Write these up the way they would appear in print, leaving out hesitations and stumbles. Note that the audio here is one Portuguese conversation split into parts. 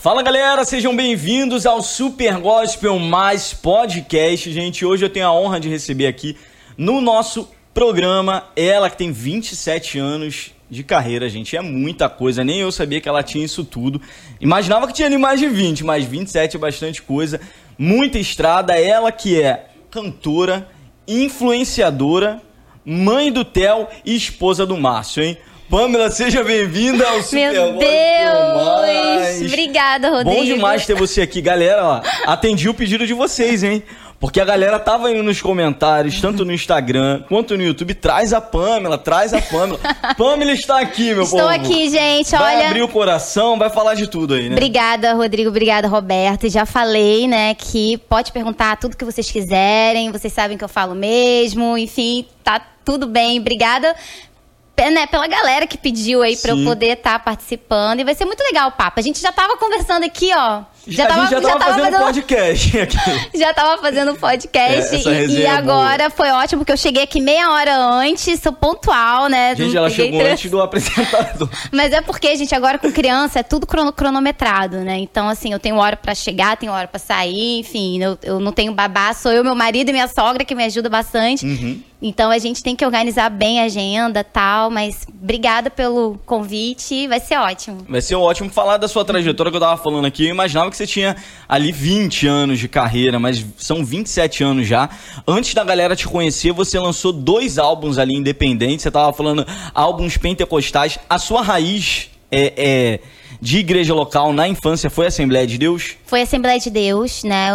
Fala galera, sejam bem-vindos ao Super Gospel Mais Podcast, gente. Hoje eu tenho a honra de receber aqui no nosso programa ela que tem 27 anos de carreira, gente. É muita coisa, nem eu sabia que ela tinha isso tudo. Imaginava que tinha ali mais de 20, mas 27 é bastante coisa. Muita estrada, ela que é cantora, influenciadora, mãe do Theo e esposa do Márcio, hein? Pamela, seja bem-vinda ao Super Meu Deus! Obrigada, Rodrigo. Bom demais ter você aqui. Galera, ó, atendi o pedido de vocês, hein? Porque a galera tava indo nos comentários, tanto no Instagram quanto no YouTube. Traz a Pamela, traz a Pamela. Pamela está aqui, meu povo. Estou aqui, gente, vai olha... abrir o coração, vai falar de tudo aí, né? Obrigada, Rodrigo. Obrigada, Roberto. Já falei, né, que pode perguntar tudo que vocês quiserem. Vocês sabem que eu falo mesmo. Enfim, tá tudo bem. Obrigada... né, pela galera que pediu aí pra eu poder estar participando. E vai ser muito legal o papo. A gente já tava conversando aqui, ó. A gente já tava fazendo podcast aqui. Já tava fazendo podcast. E agora foi ótimo, porque eu cheguei aqui meia hora antes, sou pontual, né? Gente, ela chegou antes do apresentador. Mas é porque, gente, agora com criança é tudo cronometrado, né? Então, assim, eu tenho hora pra chegar, tenho hora pra sair, enfim, eu não tenho babá, sou eu, meu marido e minha sogra que me ajuda bastante. Uhum. Então a gente tem que organizar bem a agenda e tal, mas obrigada pelo convite, vai ser ótimo. Vai ser ótimo falar da sua trajetória que eu tava falando aqui. Eu imaginava que você tinha ali 20 anos de carreira, mas são 27 anos já. Antes da galera te conhecer, você lançou 2 álbuns ali independentes, você tava falando álbuns pentecostais. A sua raiz de igreja local na infância foi a Assembleia de Deus? Foi a Assembleia de Deus, né?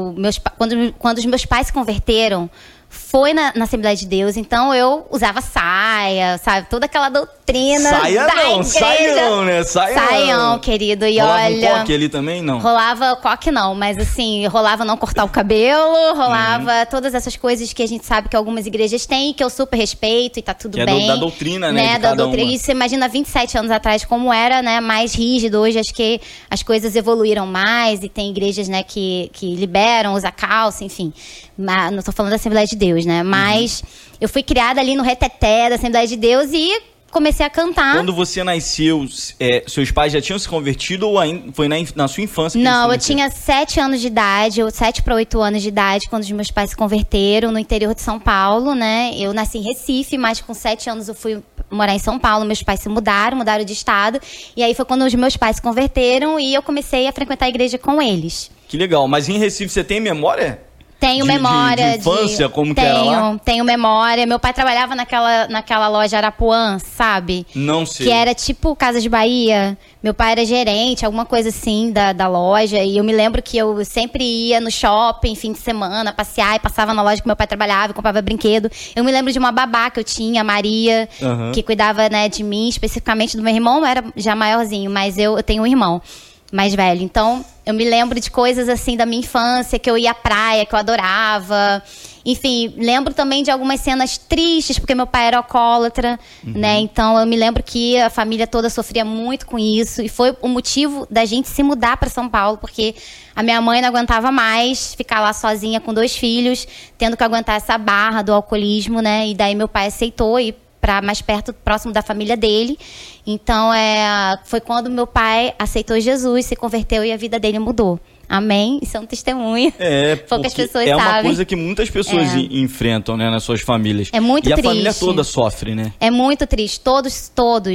Quando os meus pais se converteram, foi na Assembleia de Deus, então eu usava saia, sabe? Toda aquela doutrina saia da não, igreja. Saião, né? Saião, querido. E rolava olha... um coque ali também, não? Rolava coque não, mas assim, rolava não cortar o cabelo, rolava todas essas coisas que a gente sabe que algumas igrejas têm, que eu super respeito e tá tudo que bem. É da doutrina, né? Da doutrina. E você imagina 27 anos atrás como era, né? Mais rígido. Hoje acho que as coisas evoluíram mais e tem igrejas, né, que liberam, usa calça, enfim. Mas, não tô falando da Assembleia de Deus, né? Mas eu fui criada ali no reteté da Assembleia de Deus e comecei a cantar. Quando você nasceu, seus pais já tinham se convertido ou ainda foi na sua infância? Não, eu tinha 7 anos de idade, 7 para 8 anos de idade, quando os meus pais se converteram no interior de São Paulo, né? Eu nasci em Recife, mas com 7 anos eu fui morar em São Paulo. Meus pais se mudaram de estado. E aí foi quando os meus pais se converteram e eu comecei a frequentar a igreja com eles. Que legal. Mas em Recife você tem memória? Tenho memória. De infância, como que era lá? Tenho memória. Meu pai trabalhava naquela loja Arapuã, sabe? Não sei. Que era tipo Casas Bahia. Meu pai era gerente, alguma coisa assim da loja. E eu me lembro que eu sempre ia no shopping, fim de semana, passear. E passava na loja que meu pai trabalhava e comprava brinquedo. Eu me lembro de uma babá que eu tinha, a Maria, que cuidava, né, de mim, especificamente do meu irmão. Era já maiorzinho, mas eu tenho um irmão mais velho. Então, eu me lembro de coisas assim da minha infância, que eu ia à praia, que eu adorava. Enfim, lembro também de algumas cenas tristes, porque meu pai era alcoólatra, né? Então, eu me lembro que a família toda sofria muito com isso. E foi o motivo da gente se mudar para São Paulo, porque a minha mãe não aguentava mais ficar lá sozinha com 2 filhos, tendo que aguentar essa barra do alcoolismo, né? E daí meu pai aceitou ir para mais perto, próximo da família dele. Então, foi quando meu pai aceitou Jesus, se converteu e a vida dele mudou. Amém? Isso é um testemunho. Poucas pessoas sabem. É uma coisa que muitas pessoas enfrentam, né, nas suas famílias. É muito triste. E a família toda sofre, né? É muito triste. Todos,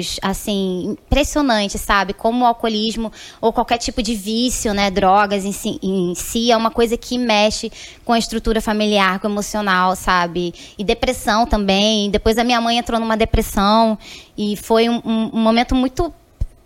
assim, impressionante, sabe? Como o alcoolismo ou qualquer tipo de vício, né, drogas em si é uma coisa que mexe com a estrutura familiar, com o emocional, sabe? E depressão também. Depois a minha mãe entrou numa depressão e foi um momento muito...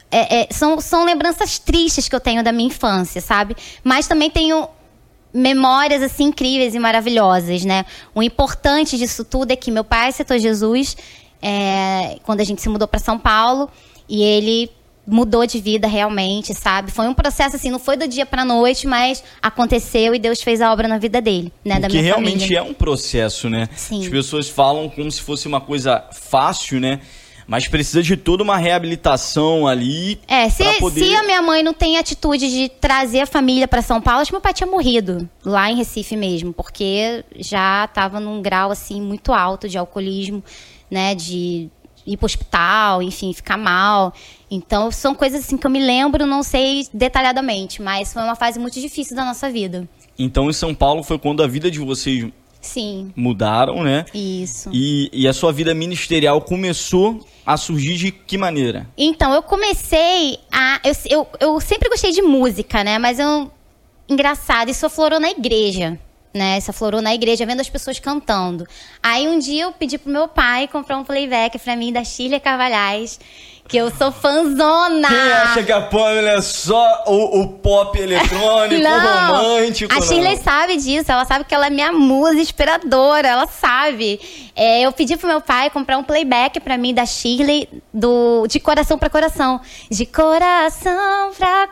São lembranças tristes que eu tenho da minha infância, sabe? Mas também tenho memórias, assim, incríveis e maravilhosas, né? O importante disso tudo é que meu pai aceitou Jesus quando a gente se mudou para São Paulo e ele mudou de vida realmente, sabe? Foi um processo, assim, não foi do dia pra noite, mas aconteceu e Deus fez a obra na vida dele, né? Da minha família. Que realmente é um processo, né? Sim. As pessoas falam como se fosse uma coisa fácil, né? Mas precisa de toda uma reabilitação ali. Se a minha mãe não tem atitude de trazer a família para São Paulo, acho que meu pai tinha morrido lá em Recife mesmo, porque já estava num grau assim muito alto de alcoolismo, né, de ir pro hospital, enfim, ficar mal. Então, são coisas assim que eu me lembro, não sei detalhadamente, mas foi uma fase muito difícil da nossa vida. Então, em São Paulo foi quando a vida de vocês Sim. mudaram, né? Isso. E a sua vida ministerial começou a surgir de que maneira? Então, eu comecei a... Eu sempre gostei de música, né? Mas engraçado, isso aflorou na igreja, né? Isso aflorou na igreja, vendo as pessoas cantando. Aí, um dia, eu pedi pro meu pai comprar um playback pra mim, da Shirley Carvalhais, que eu sou fãzona. Quem acha que a Pamela é só o pop eletrônico, romântico? A Shirley sabe disso, ela sabe que ela é minha musa inspiradora, ela sabe. Eu pedi pro meu pai comprar um playback pra mim da Shirley, de coração pra coração. De coração pra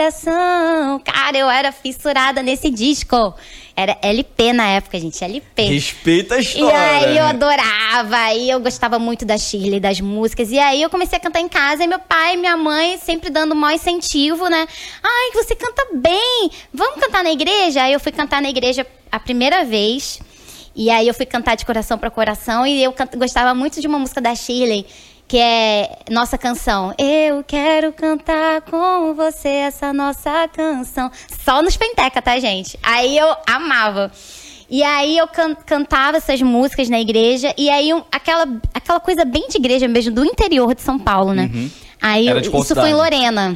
coração. Cara, eu era fissurada nesse disco. Era LP na época, gente, LP. Respeita a história. E aí eu adorava, aí eu gostava muito da Shirley, das músicas. E aí eu comecei a cantar em casa, e meu pai e minha mãe sempre dando o maior incentivo, né? Ai, você canta bem, vamos cantar na igreja? Aí eu fui cantar na igreja a primeira vez, e aí eu fui cantar de coração pra coração, e eu gostava muito de uma música da Shirley, que é nossa canção. Eu quero cantar com você essa nossa canção. Só nos penteca, tá, gente? Aí eu amava. E aí eu cantava essas músicas na igreja. E aí aquela coisa bem de igreja mesmo, do interior de São Paulo, né? Uhum. Aí isso foi em Lorena.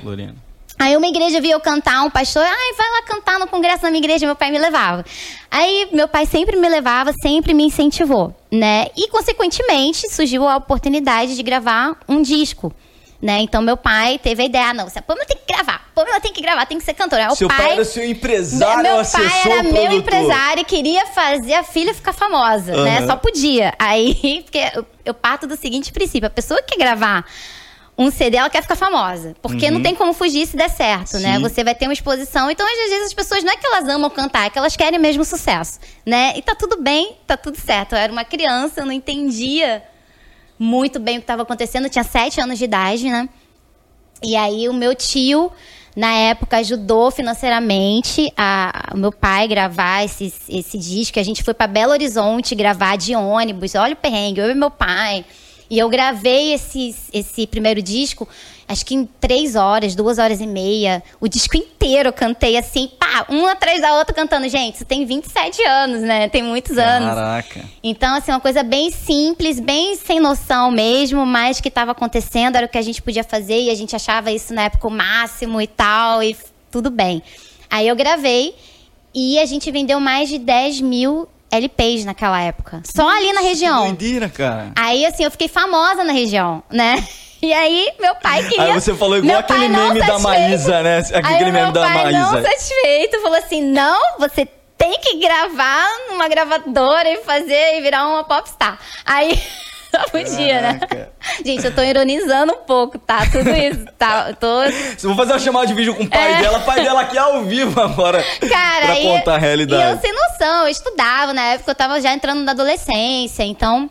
Aí uma igreja via eu cantar, um pastor, vai lá cantar no congresso na minha igreja, meu pai me levava. Aí meu pai sempre me levava, sempre me incentivou, né? E consequentemente surgiu a oportunidade de gravar um disco, né? Então meu pai teve a ideia, não, a Pamela tem que gravar, tem que ser cantora. Seu pai era seu empresário, assessor, produtor. Meu pai era meu empresário e queria fazer a filha ficar famosa, né? Só podia. Aí, porque eu parto do seguinte princípio, a pessoa que quer gravar um CD, ela quer ficar famosa. Porque não tem como fugir se der certo, né? Você vai ter uma exposição. Então, às vezes, as pessoas não é que elas amam cantar, é que elas querem mesmo sucesso, né? E tá tudo bem, tá tudo certo. Eu era uma criança, eu não entendia muito bem o que estava acontecendo. Eu tinha 7 anos de idade, né? E aí, o meu tio, na época, ajudou financeiramente o meu pai gravar esse disco. A gente foi para Belo Horizonte gravar de ônibus. Olha o perrengue, eu e meu pai. E eu gravei esse primeiro disco, acho que em 3 horas, 2 horas e meia. O disco inteiro eu cantei assim, pá, uma atrás da outra cantando. Gente, isso tem 27 anos, né? Tem muitos anos. Caraca. Então, assim, uma coisa bem simples, bem sem noção mesmo, mas que estava acontecendo, era o que a gente podia fazer. E a gente achava isso na época o máximo e tal, e tudo bem. Aí eu gravei e a gente vendeu mais de 10 mil LPs naquela época. Só ali na região. Que doideira, cara. Aí, assim, eu fiquei famosa na região, né? E aí, meu pai queria... Aí você falou igual aquele meme da Maísa, né? Aquele meme da Maísa. Meu pai não satisfeito, falou assim, não, você tem que gravar numa gravadora e virar uma popstar. Aí... Só podia, né? Gente, eu tô ironizando um pouco, tá? Tudo isso, tá? Vou fazer uma chamada de vídeo com o pai dela. O pai dela aqui ao vivo agora. Cara, pra contar a realidade. E eu sem noção, eu estudava na época, eu tava já entrando na adolescência, então...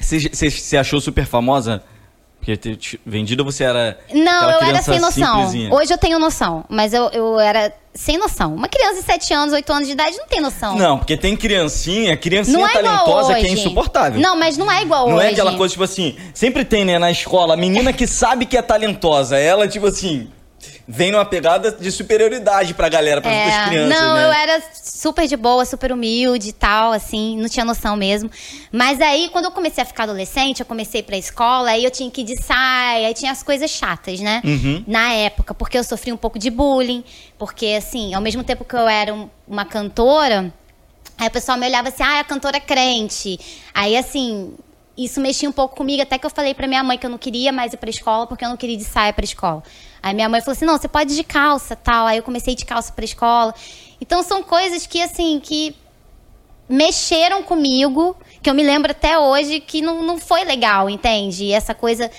Você achou super famosa? Porque vendida você era... Não, eu era sem noção. Simplesinha. Hoje eu tenho noção, mas eu era sem noção. Uma criança de 7 anos, 8 anos de idade não tem noção. Não, porque tem criancinha não é talentosa hoje. Que é insuportável. Não, mas não é igual hoje. Não é aquela coisa, tipo assim, sempre tem, né, na escola, a menina que sabe que é talentosa, ela, tipo assim... Vem numa pegada de superioridade pra galera, para as crianças, não, né? Eu era super de boa, super humilde e tal, assim, não tinha noção mesmo. Mas aí, quando eu comecei a ficar adolescente, eu comecei pra escola, aí eu tinha que ir de saia, aí tinha as coisas chatas, né? Na época, porque eu sofri um pouco de bullying, porque, assim, ao mesmo tempo que eu era uma cantora, aí o pessoal me olhava assim, a cantora é crente. Aí, assim... Isso mexia um pouco comigo, até que eu falei pra minha mãe que eu não queria mais ir pra escola, porque eu não queria ir de saia pra escola. Aí minha mãe falou assim, não, você pode ir de calça, tal. Aí eu comecei a ir de calça pra escola. Então são coisas que, assim, que mexeram comigo, que eu me lembro até hoje que não foi legal, entende? E essa coisa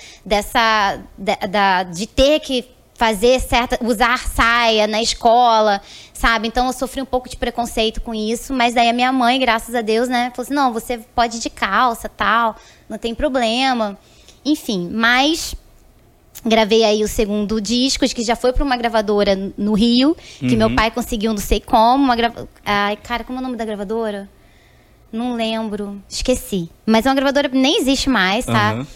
de ter que usar saia na escola, sabe? Então eu sofri um pouco de preconceito com isso, mas daí a minha mãe, graças a Deus, né, falou assim, não, você pode ir de calça, tal, não tem problema. Enfim, mas gravei aí o segundo disco, que já foi para uma gravadora no Rio, que meu pai conseguiu, não sei como, ai, cara, como é o nome da gravadora? Não lembro, esqueci. Mas é uma gravadora que nem existe mais, tá?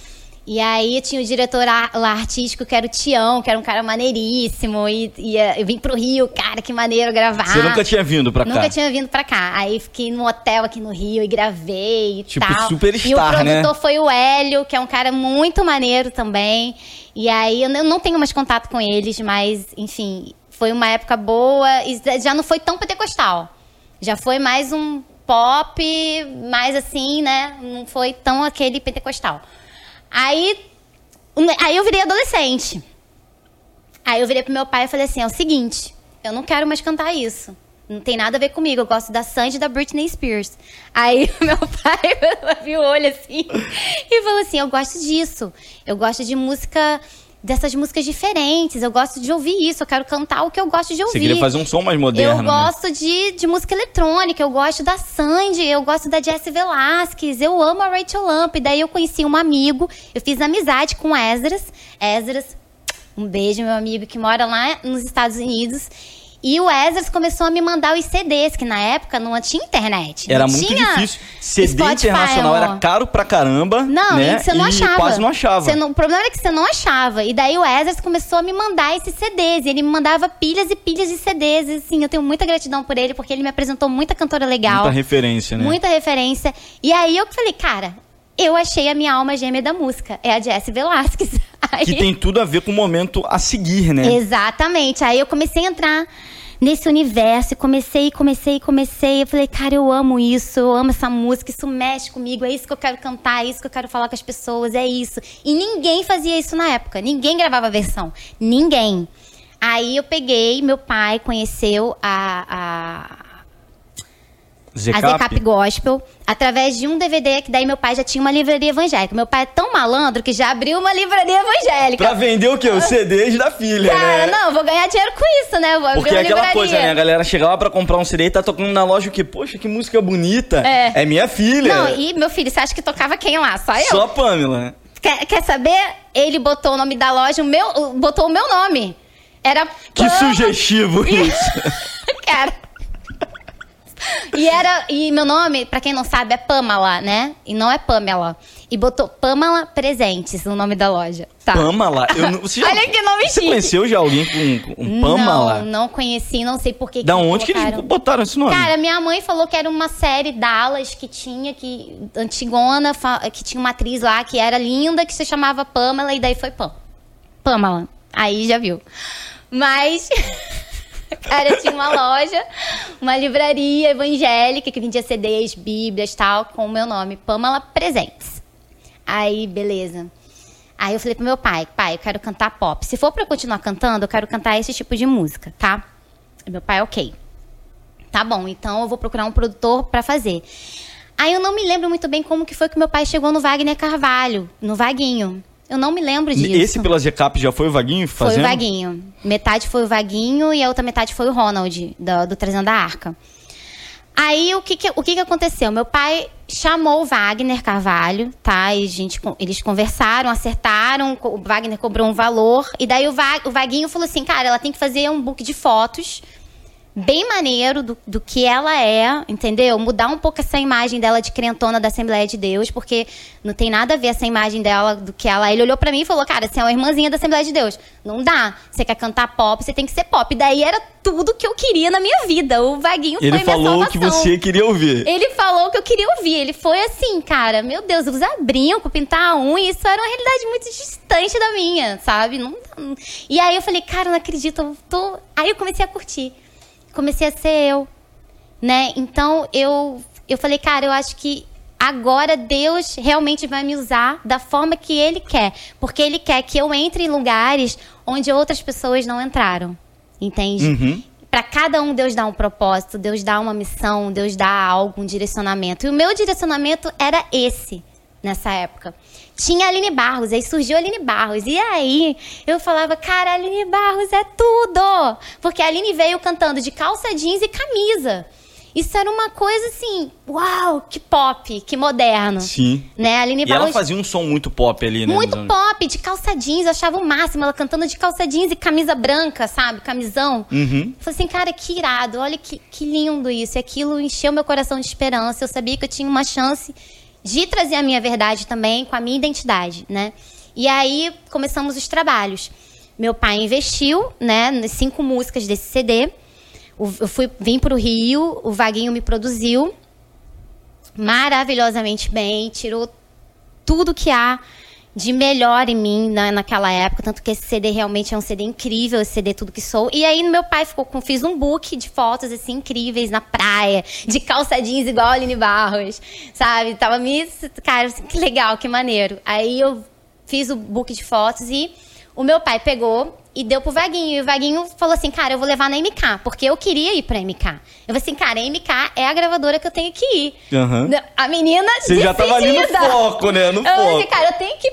E aí eu tinha o diretor lá artístico, que era o Tião, que era um cara maneiríssimo. E eu vim pro Rio, cara, que maneiro gravar. Você nunca tinha vindo pra cá? Nunca tinha vindo pra cá. Aí fiquei num hotel aqui no Rio e gravei e tipo, tal. superstar, e o produtor né? foi o Hélio, que é um cara muito maneiro também. E aí eu não tenho mais contato com eles, mas, enfim, foi uma época boa. E já não foi tão pentecostal. Já foi mais um pop, mais assim, né? Não foi tão aquele pentecostal. Aí eu virei adolescente. Aí eu virei pro meu pai e falei assim, é o seguinte, eu não quero mais cantar isso. Não tem nada a ver comigo, eu gosto da Sandy e da Britney Spears. Aí meu pai viu o olho assim e falou assim, eu gosto disso. Eu gosto de música, dessas músicas diferentes. Eu gosto de ouvir isso, eu quero cantar o que eu gosto de ouvir. Você queria fazer um som mais moderno, Eu gosto de música eletrônica, eu gosto da Sandy, eu gosto da Jessie Velasquez, eu amo a Rachel Lamp. E daí eu conheci um amigo, eu fiz amizade com o Esdras. Esdras, um beijo, meu amigo, que mora lá nos Estados Unidos. E o Esdras começou a me mandar os CDs, que na época não tinha internet. Era não muito tinha difícil. CD Spotify, internacional amor. era caro pra caramba. Não, né? e você não achava. Quase não achava. O problema era que você não achava. E daí o Esdras começou a me mandar esses CDs. E ele me mandava pilhas e pilhas de CDs. E assim, eu tenho muita gratidão por ele, porque ele me apresentou muita cantora legal. Muita referência, né? Muita referência. E aí eu falei, cara, eu achei a minha alma gêmea da música. É a Jessie Velasquez. Aí... Que tem tudo a ver com o momento a seguir, né? Exatamente. Aí eu comecei a entrar nesse universo, comecei. Eu falei, cara, eu amo isso, eu amo essa música, isso mexe comigo, é isso que eu quero cantar, é isso que eu quero falar com as pessoas, é isso. E ninguém fazia isso na época, ninguém gravava versão, ninguém. Aí eu peguei, meu pai conheceu a Zecap Gospel, através de um DVD, que daí meu pai já tinha uma livraria evangélica. Meu pai é tão malandro que já abriu uma livraria evangélica. Pra vender o quê? Os CDs da filha, cara, né? Não, vou ganhar dinheiro com isso, né? Vou abrir Porque uma é aquela livraria. coisa, né? A galera chega lá pra comprar um CD e tá tocando na loja o quê? Poxa, que música bonita. É minha filha. Não, e meu filho, você acha que tocava quem lá? Só eu? Só a Pamela. Quer saber? Ele botou o nome da loja, botou o meu nome. Era Que sugestivo isso. Cara... E meu nome, pra quem não sabe, é Pamela, né? E não é Pamela. E botou Pamela Presentes no nome da loja. Tá. Pamela? Olha que nome Você chique. conheceu já alguém com Pamela? Não conheci, não sei por que. Da onde que eles botaram esse nome? Cara, minha mãe falou que era uma série Dallas que tinha, antigona, que tinha uma atriz lá que era linda, que se chamava Pamela, e daí foi Pamela. Aí já viu. Mas... Cara, eu tinha uma loja, uma livraria evangélica que vendia CDs, bíblias e tal, com o meu nome, Pamela Presentes. Aí, beleza. Aí eu falei pro meu pai, eu quero cantar pop. Se for pra eu continuar cantando, eu quero cantar esse tipo de música, tá? E meu pai, ok. Tá bom, então eu vou procurar um produtor pra fazer. Aí eu não me lembro muito bem como que foi que meu pai chegou no Wagner Carvalho, no Vaguinho. Eu não me lembro disso. Esse pela Zecap já foi o Vaguinho fazendo? Foi o Vaguinho. Metade foi o Vaguinho e a outra metade foi o Ronald, do Trazendo a Arca. Aí, o que aconteceu? Meu pai chamou o Wagner Carvalho, tá? E eles conversaram, acertaram, o Wagner cobrou um valor. E daí o Vaguinho falou assim, cara, ela tem que fazer um book de fotos bem maneiro do que ela é, entendeu? Mudar um pouco essa imagem dela de crentona da Assembleia de Deus, porque não tem nada a ver essa imagem dela do que ela... Ele olhou pra mim e falou, cara, você é uma irmãzinha da Assembleia de Deus. Não dá. Você quer cantar pop, você tem que ser pop. E daí era tudo que eu queria na minha vida. O Vaguinho foi minha salvação. Ele falou o que você queria ouvir. Ele falou o que eu queria ouvir. Ele foi assim, cara, meu Deus, usar brinco, pintar a unha, isso era uma realidade muito distante da minha, sabe? E aí eu falei, cara, não acredito, Aí eu comecei a curtir. Comecei a ser eu, né? Então, eu falei, cara, eu acho que agora Deus realmente vai me usar da forma que Ele quer. Porque Ele quer que eu entre em lugares onde outras pessoas não entraram, entende? Uhum. Para cada um, Deus dá um propósito, Deus dá uma missão, Deus dá algo, um direcionamento. E o meu direcionamento era esse, nessa época. Tinha a Aline Barros, aí surgiu a Aline Barros. E aí, eu falava, cara, a Aline Barros é tudo! Porque a Aline veio cantando de calça jeans e camisa. Isso era uma coisa assim, uau, que pop, que moderno. Sim. Né? A Aline Barros, ela fazia um som muito pop ali, né? muito pop, de calça jeans, eu achava o máximo. Ela cantando de calça jeans e camisa branca, sabe? Camisão. Uhum. Eu falei assim, cara, que irado, olha que lindo isso. E aquilo encheu meu coração de esperança. Eu sabia que eu tinha uma chance de trazer a minha verdade também com a minha identidade, né? E aí começamos os trabalhos. Meu pai investiu, né, nas 5 músicas desse CD. Vim pro Rio, o Vaguinho me produziu maravilhosamente bem, tirou tudo que há de melhor em mim naquela época, tanto que esse CD realmente é um CD incrível, esse CD Tudo Que Sou. E aí meu pai fiz um book de fotos assim incríveis na praia, de calça jeans igual a Aline Barros, sabe? Cara, que legal, que maneiro. Aí eu fiz o book de fotos e o meu pai pegou e deu pro Vaguinho. E o Vaguinho falou assim, cara, eu vou levar na MK, porque eu queria ir pra MK. Eu falei assim, cara, a MK é a gravadora que eu tenho que ir. Uhum. A menina Você já tava ali no foco, né? No foco. Eu falei, cara, eu tenho que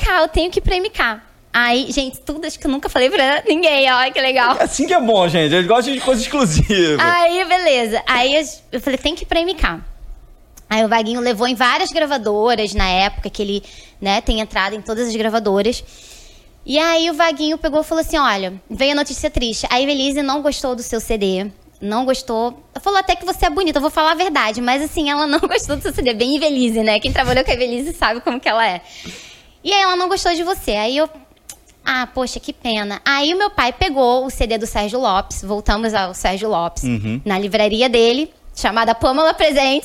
ir pra MK. Aí, gente, tudo acho que eu nunca falei pra ninguém. Olha que legal. É assim que é bom, gente. Eu gosto de coisa exclusiva. Aí, beleza. Aí eu falei, tem que ir pra MK. Aí o Vaguinho levou em várias gravadoras na época, que ele, né, tem entrado em todas as gravadoras. E aí o Vaguinho pegou e falou assim, olha, veio a notícia triste. A Evelise não gostou do seu CD, não gostou. Falou até que você é bonita, eu vou falar a verdade, mas assim, ela não gostou do seu CD. Bem Evelise, né? Quem trabalhou com a Evelise sabe como que ela é. E aí ela não gostou de você. Aí eu, poxa, que pena. Aí o meu pai pegou o CD do Sérgio Lopes, voltamos ao Sérgio Lopes, na livraria dele, chamada Pâmela Presentes.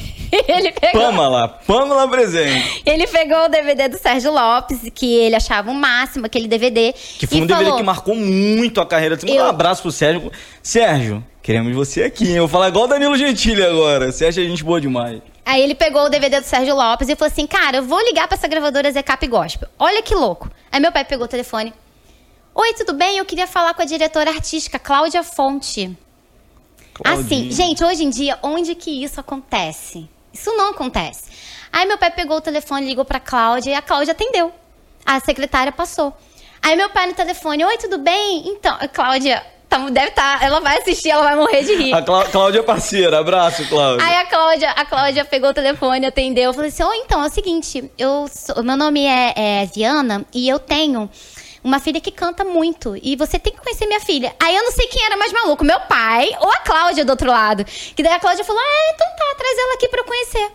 Ele pegou... Pâmela presente. Ele pegou o DVD do Sérgio Lopes, que ele achava o máximo, aquele DVD. Que foi um DVD que marcou muito a carreira. Um abraço pro Sérgio. Sérgio, queremos você aqui, hein? Eu vou falar igual o Danilo Gentili agora. Você acha a gente boa demais. Aí ele pegou o DVD do Sérgio Lopes e falou assim, cara, eu vou ligar pra essa gravadora Zecap Gospel. Olha que louco. Aí meu pai pegou o telefone. Oi, tudo bem? Eu queria falar com a diretora artística, Cláudia Fonte. Claudinha. Assim, gente, hoje em dia, onde que isso acontece? Isso não acontece. Aí meu pai pegou o telefone, ligou pra Cláudia e a Cláudia atendeu. A secretária passou. Aí meu pai no telefone, oi, tudo bem? Então, a Cláudia deve estar, ela vai assistir, ela vai morrer de rir. A Cláudia é parceira, abraço, Cláudia. Aí a Cláudia pegou o telefone, atendeu, eu falei assim, então, é o seguinte, meu nome é Viana e eu tenho uma filha que canta muito. E você tem que conhecer minha filha. Aí eu não sei quem era mais maluco, meu pai ou a Cláudia do outro lado. Que daí a Cláudia falou, então tá, traz ela aqui pra eu conhecer.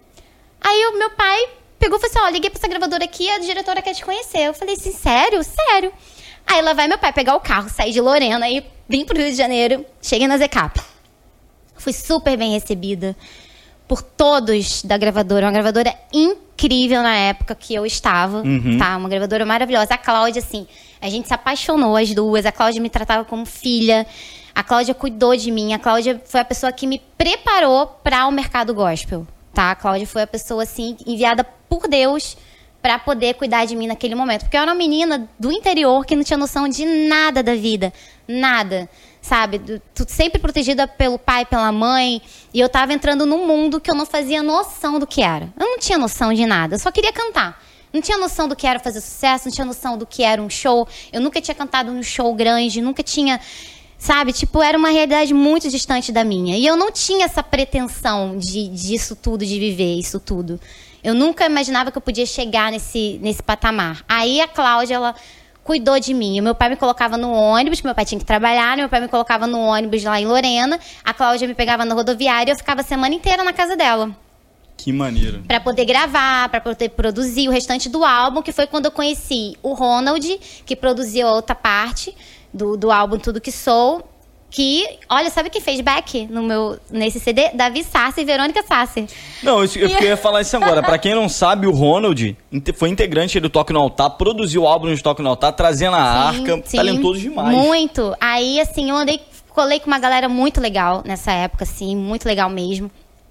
Aí o meu pai pegou e falou assim, liguei pra essa gravadora aqui, a diretora quer te conhecer. Eu falei assim, sério? Sério. Aí lá vai meu pai pegar o carro, sair de Lorena e vim pro Rio de Janeiro. Cheguei na Zecap. Fui super bem recebida por todos da gravadora. Uma gravadora incrível na época que eu estava, tá? Uma gravadora maravilhosa. A Cláudia, assim, a gente se apaixonou as duas. A Cláudia me tratava como filha. A Cláudia cuidou de mim. A Cláudia foi a pessoa que me preparou para o mercado gospel, tá? A Cláudia foi a pessoa, assim, enviada por Deus para poder cuidar de mim naquele momento. Porque eu era uma menina do interior que não tinha noção de nada da vida. Nada. Sabe, sempre protegida pelo pai, pela mãe, e eu tava entrando num mundo que eu não fazia noção do que era. Eu não tinha noção de nada, eu só queria cantar. Não tinha noção do que era fazer sucesso, não tinha noção do que era um show. Eu nunca tinha cantado num show grande, nunca tinha, sabe, era uma realidade muito distante da minha. E eu não tinha essa pretensão disso tudo, de viver isso tudo. Eu nunca imaginava que eu podia chegar nesse patamar. Aí a Cláudia, ela cuidou de mim. O meu pai me colocava no ônibus, que meu pai tinha que trabalhar, meu pai me colocava no ônibus lá em Lorena, a Cláudia me pegava na rodoviária e eu ficava a semana inteira na casa dela. Que maneiro. Pra poder gravar, pra poder produzir o restante do álbum, que foi quando eu conheci o Ronald, que produziu a outra parte do álbum Tudo Que Sou. Que, olha, sabe quem fez back nesse CD? Davi Sasser e Verônica Sasser. Não, eu ia falar isso agora. Pra quem não sabe, o Ronald foi integrante do Toque no Altar, produziu o álbum de Toque no Altar, trazendo a arca, talentoso demais. Muito. Aí, assim, colei com uma galera muito legal nessa época, assim, muito legal mesmo.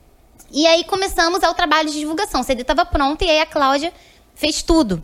E aí começamos o trabalho de divulgação. O CD tava pronto e aí a Cláudia fez tudo.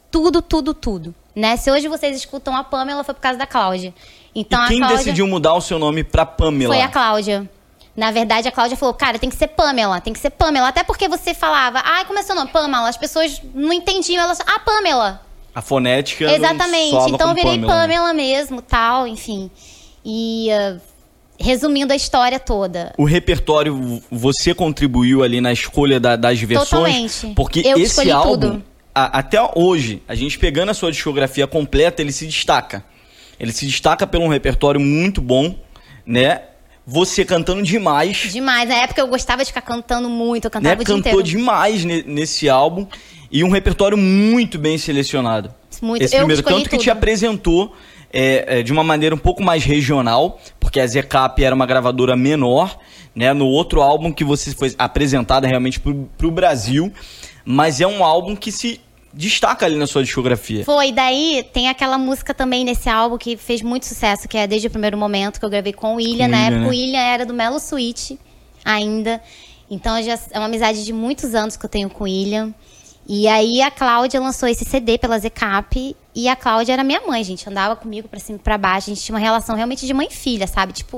Tudo. Né? Se hoje vocês escutam a Pâmela, foi por causa da Cláudia. Então, e quem decidiu mudar o seu nome pra Pâmela? Foi a Cláudia. Na verdade, a Cláudia falou, cara, tem que ser Pâmela. Até porque você falava, como é seu nome? Pâmela. As pessoas não entendiam, elas, Pâmela. A fonética. Exatamente. Então eu virei Pâmela mesmo, tal, enfim. E resumindo a história toda. O repertório, você contribuiu ali na escolha das versões? Totalmente. Porque eu esse álbum, tudo. Até hoje, a gente pegando a sua discografia completa, ele se destaca. Ele se destaca por um repertório muito bom, né? você cantando demais. Demais. Na época eu gostava de ficar cantando muito, eu cantava o dia inteiro. Cantou demais nesse álbum e um repertório muito bem selecionado. Muito. Esse primeiro, tanto que te apresentou de uma maneira um pouco mais regional, porque a Zecap era uma gravadora menor, né? No outro álbum que você foi apresentada realmente pro Brasil, mas é um álbum que se destaca ali na sua discografia. Foi, daí tem aquela música também nesse álbum que fez muito sucesso, que é Desde o Primeiro Momento, que eu gravei com o William. Na época, né? O William era do Melo Suite ainda. Então é uma amizade de muitos anos que eu tenho com o William. E aí a Cláudia lançou esse CD pela Zecap. E a Cláudia era minha mãe, gente. Andava comigo pra cima e pra baixo. A gente tinha uma relação realmente de mãe e filha, sabe? Tipo,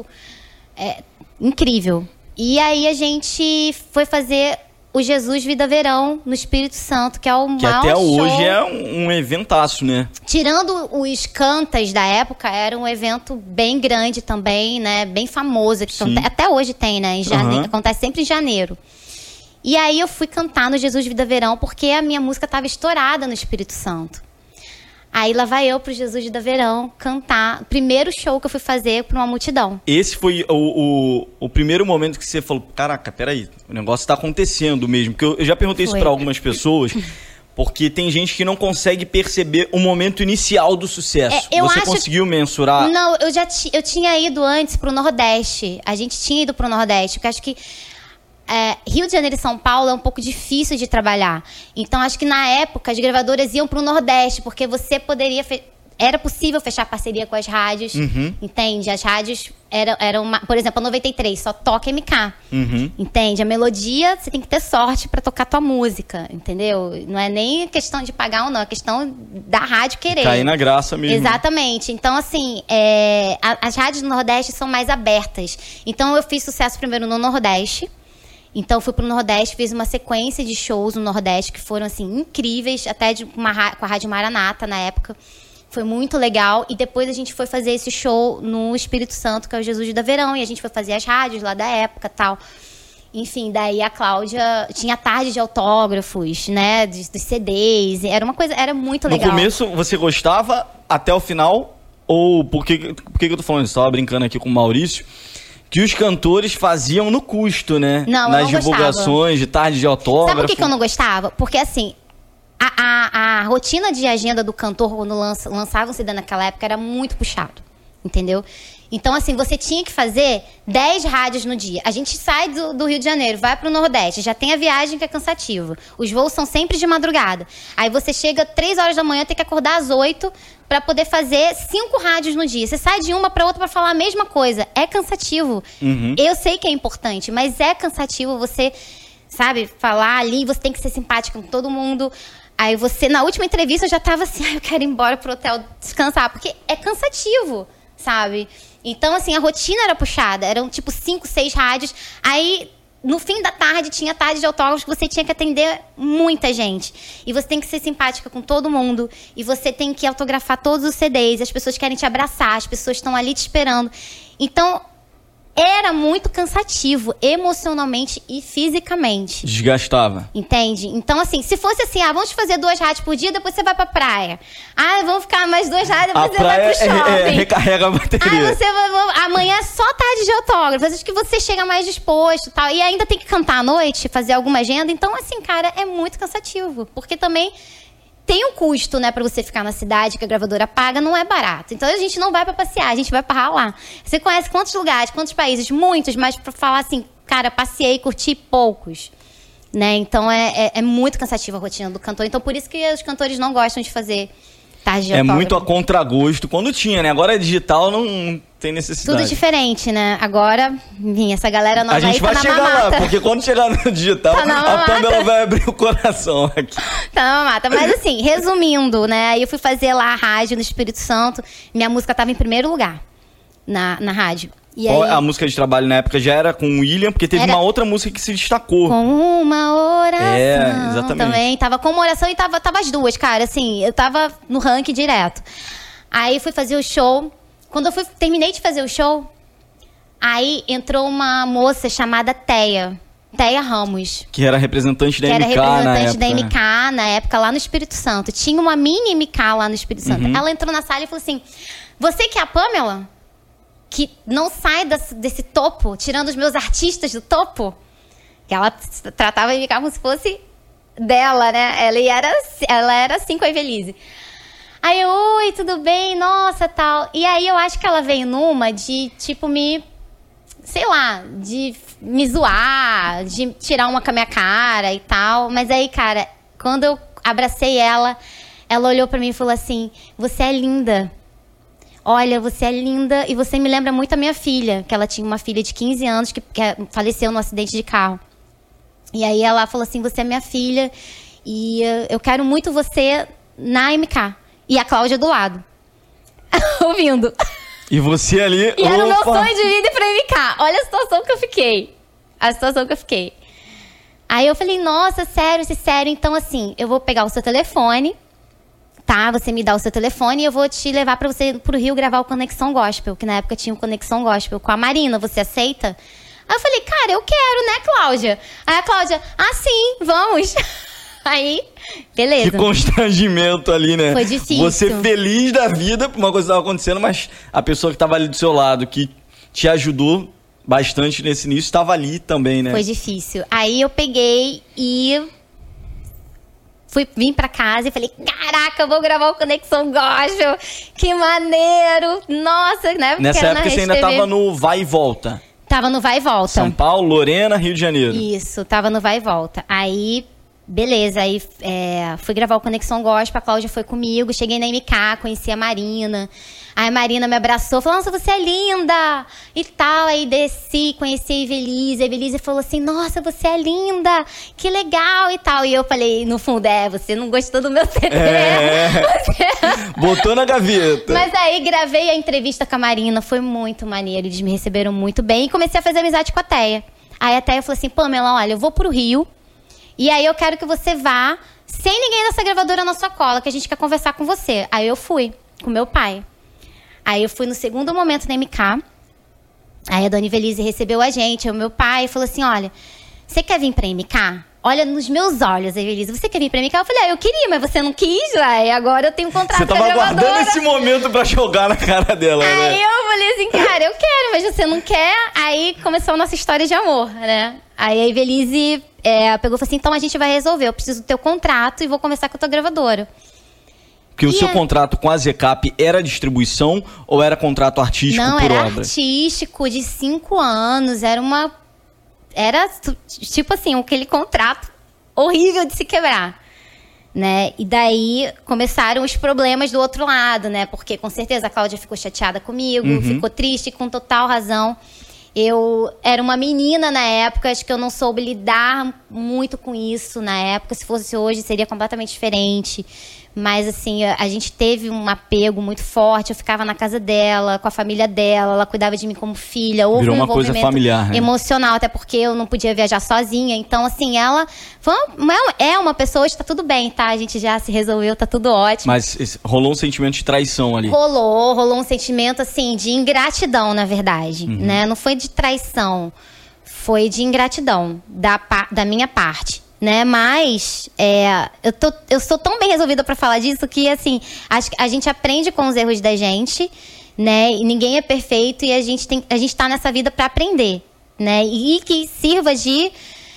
incrível. E aí a gente foi fazer o Jesus Vida Verão no Espírito Santo, que é o maior até show. Hoje é um eventaço, né? Tirando os cantas da época, era um evento bem grande também, né? Bem famoso. Que até hoje tem, né? Em janeiro, acontece sempre em janeiro. E aí eu fui cantar no Jesus Vida Verão, porque a minha música estava estourada no Espírito Santo. Aí lá vai eu pro Jesus Vida Verão cantar. Primeiro show que eu fui fazer pra uma multidão. Esse foi o primeiro momento que você falou, caraca, peraí, o negócio tá acontecendo mesmo. Porque eu já perguntei isso pra algumas pessoas, porque tem gente que não consegue perceber o momento inicial do sucesso. Você conseguiu mensurar? Não, eu tinha ido antes pro Nordeste. A gente tinha ido pro Nordeste, porque acho que Rio de Janeiro e São Paulo é um pouco difícil de trabalhar. Então, acho que na época as gravadoras iam para o Nordeste, porque você poderia... Era possível fechar parceria com as rádios, entende? As rádios eram por exemplo, a 93 só toca MK, entende? A melodia, você tem que ter sorte para tocar tua música, entendeu? Não é nem questão de pagar ou não, é questão da rádio querer. Cair na graça mesmo. Exatamente. Então, assim, as rádios do Nordeste são mais abertas. Então, eu fiz sucesso primeiro no Nordeste. Então, fui pro Nordeste, fiz uma sequência de shows no Nordeste que foram, assim, incríveis, até com a Rádio Maranata, na época. Foi muito legal. E depois a gente foi fazer esse show no Espírito Santo, que é o Jesus Vida Verão. E a gente foi fazer as rádios lá da época e tal. Enfim, daí a Cláudia tinha tarde de autógrafos, né, dos CDs. Era uma coisa, era muito legal. No começo, você gostava até o final? Ou por que eu tô falando isso? Estava brincando aqui com o Maurício. Que os cantores faziam no custo, né? Não, nas eu não divulgações, de tarde de autógrafo. Sabe por que eu não gostava? Porque, assim, a rotina de agenda do cantor, quando lançava um CD naquela época, era muito puxado, entendeu? Então, assim, você tinha que fazer 10 rádios no dia. A gente sai do Rio de Janeiro, vai pro Nordeste, já tem a viagem que é cansativa. Os voos são sempre de madrugada. Aí você chega 3 horas da manhã, tem que acordar às 8 para poder fazer 5 rádios no dia. Você sai de uma para outra para falar a mesma coisa. É cansativo. Eu sei que é importante, mas é cansativo você, sabe, falar ali, você tem que ser simpática com todo mundo. Aí você, na última entrevista, eu já tava assim, eu quero ir embora pro hotel descansar, porque é cansativo, sabe? Então, assim, a rotina era puxada. Eram, tipo, 5, 6 rádios. Aí, no fim da tarde, tinha tarde de autógrafos que você tinha que atender muita gente. E você tem que ser simpática com todo mundo. E você tem que autografar todos os CDs. As pessoas querem te abraçar. As pessoas estão ali te esperando. Então, era muito cansativo, emocionalmente e fisicamente. Desgastava. Entende? Então, assim, se fosse assim, vamos fazer 2 rádios por dia, depois você vai pra praia. Vamos ficar mais 2 rádios, depois você vai pro shopping. Recarrega a bateria. Amanhã é só tarde de autógrafo. Acho que você chega mais disposto e tal. E ainda tem que cantar à noite, fazer alguma agenda. Então, assim, cara, é muito cansativo. Porque também tem um custo, né, pra você ficar na cidade que a gravadora paga, não é barato. Então, a gente não vai pra passear, a gente vai pra ralar. Você conhece quantos lugares, quantos países? Muitos, mas pra falar assim, cara, passei, curti poucos. Né? Então, é muito cansativa a rotina do cantor. Então, por isso que os cantores não gostam de fazer tarde de autógrafo. Muito a contragosto quando tinha, né? Agora é digital, não tem necessidade. Tudo diferente, né? Agora, essa galera nova aí tá na mamata. A gente vai chegar lá, porque quando chegar no digital, a Pamela vai abrir o coração aqui. Tá na mamata. Mas assim, resumindo, né? Aí eu fui fazer lá a rádio no Espírito Santo. Minha música tava em primeiro lugar na rádio. E aí, a música de trabalho na época já era com o William, porque teve uma outra música que se destacou. Com uma oração. Exatamente. Também tava com uma oração e tava as duas, cara. Assim, eu tava no ranking direto. Aí fui fazer o show. Quando eu terminei de fazer o show, aí entrou uma moça chamada Teia Ramos. Que era representante da MK na época. Era representante da MK na época, lá no Espírito Santo. Tinha uma mini MK lá no Espírito Santo. Ela entrou na sala e falou assim, você que é a Pamela? que não sai desse topo, tirando os meus artistas do topo. Que ela tratava de ficar como se fosse dela, né? Ela era assim com a Evelise. Aí eu, oi, tudo bem? Nossa, tal. E aí eu acho que ela veio numa de, tipo, sei lá, de me zoar, de tirar uma com a minha cara e tal. Mas aí, cara, quando eu abracei ela olhou pra mim e falou assim, você é linda. Olha, você é linda e você me lembra muito a minha filha, que ela tinha uma filha de 15 anos que faleceu num acidente de carro. E aí ela falou assim, você é minha filha e eu quero muito você na MK. E a Cláudia do lado, ouvindo. E você ali... E era o meu sonho de vida pra MK. Olha a situação que eu fiquei. Aí eu falei, nossa, sério, então assim, eu vou pegar o seu telefone... Tá, você me dá o seu telefone e eu vou te levar pra você pro Rio gravar o Conexão Gospel, que na época tinha o Conexão Gospel com a Marina, você aceita? Aí eu falei, cara, eu quero, né, Cláudia? Aí a Cláudia, sim, vamos. Aí, beleza. Que constrangimento ali, né? Foi difícil. Você feliz da vida por uma coisa que estava acontecendo, mas a pessoa que estava ali do seu lado, que te ajudou bastante nesse início, estava ali também, né? Foi difícil. Aí eu peguei e... vim pra casa e falei, caraca, eu vou gravar o Conexão Gospel, que maneiro, nossa, né? Nessa época você ainda tava no vai e volta. Tava no vai e volta. São Paulo, Lorena, Rio de Janeiro. Isso, tava no vai e volta. Aí, beleza, aí fui gravar o Conexão Gospel, a Cláudia foi comigo, cheguei na MK, conheci a Marina. Aí a Marina me abraçou, falou, nossa, você é linda! E tal, aí desci, conheci a Evelise falou assim, nossa, você é linda! Que legal! E tal, e eu falei, no fundo, você não gostou do meu CD. Botou na gaveta. Mas aí gravei a entrevista com a Marina, foi muito maneiro, eles me receberam muito bem e comecei a fazer amizade com a Teia. Aí a Teia falou assim, Pamela, olha, eu vou pro Rio e aí eu quero que você vá sem ninguém dessa gravadora na sua cola, que a gente quer conversar com você. Aí eu fui, com meu pai. Aí eu fui no segundo momento na MK. Aí a dona Evelise recebeu a gente. Aí o meu pai falou assim, olha, você quer vir pra MK? Olha nos meus olhos, Evelise, você quer vir pra MK? Eu falei, eu queria, mas você não quis, ué. Agora eu tenho um contrato com a gravadora. Você tava aguardando esse momento pra jogar na cara dela, né? Aí eu falei assim, cara, eu quero, mas você não quer. Aí começou a nossa história de amor, né? Aí a Evelise pegou e falou assim, então a gente vai resolver. Eu preciso do teu contrato e vou conversar com a tua gravadora. Porque o seu contrato com a Zecap era distribuição ou era contrato artístico por obra? Não, era artístico, de 5 anos. Era tipo assim, aquele contrato horrível de se quebrar, né? E daí começaram os problemas do outro lado, né? Porque com certeza a Cláudia ficou chateada comigo, ficou triste, com total razão. Eu era uma menina na época, acho que eu não soube lidar muito com isso na época. Se fosse hoje, seria completamente diferente. Mas, assim, a gente teve um apego muito forte. Eu ficava na casa dela, com a família dela. Ela cuidava de mim como filha. Houve Virou um uma coisa familiar, né? emocional, até porque eu não podia viajar sozinha. Então, assim, ela é uma pessoa, hoje tá tudo bem, tá? A gente já se resolveu, tá tudo ótimo. Mas rolou um sentimento de traição ali? Rolou um sentimento, assim, de ingratidão, na verdade, né? Não foi de traição, foi de ingratidão da minha parte. Né, mas eu sou tão bem resolvida pra falar disso que, assim, acho que a gente aprende com os erros da gente, né? E ninguém é perfeito e a gente tá nessa vida pra aprender, né? E que sirva de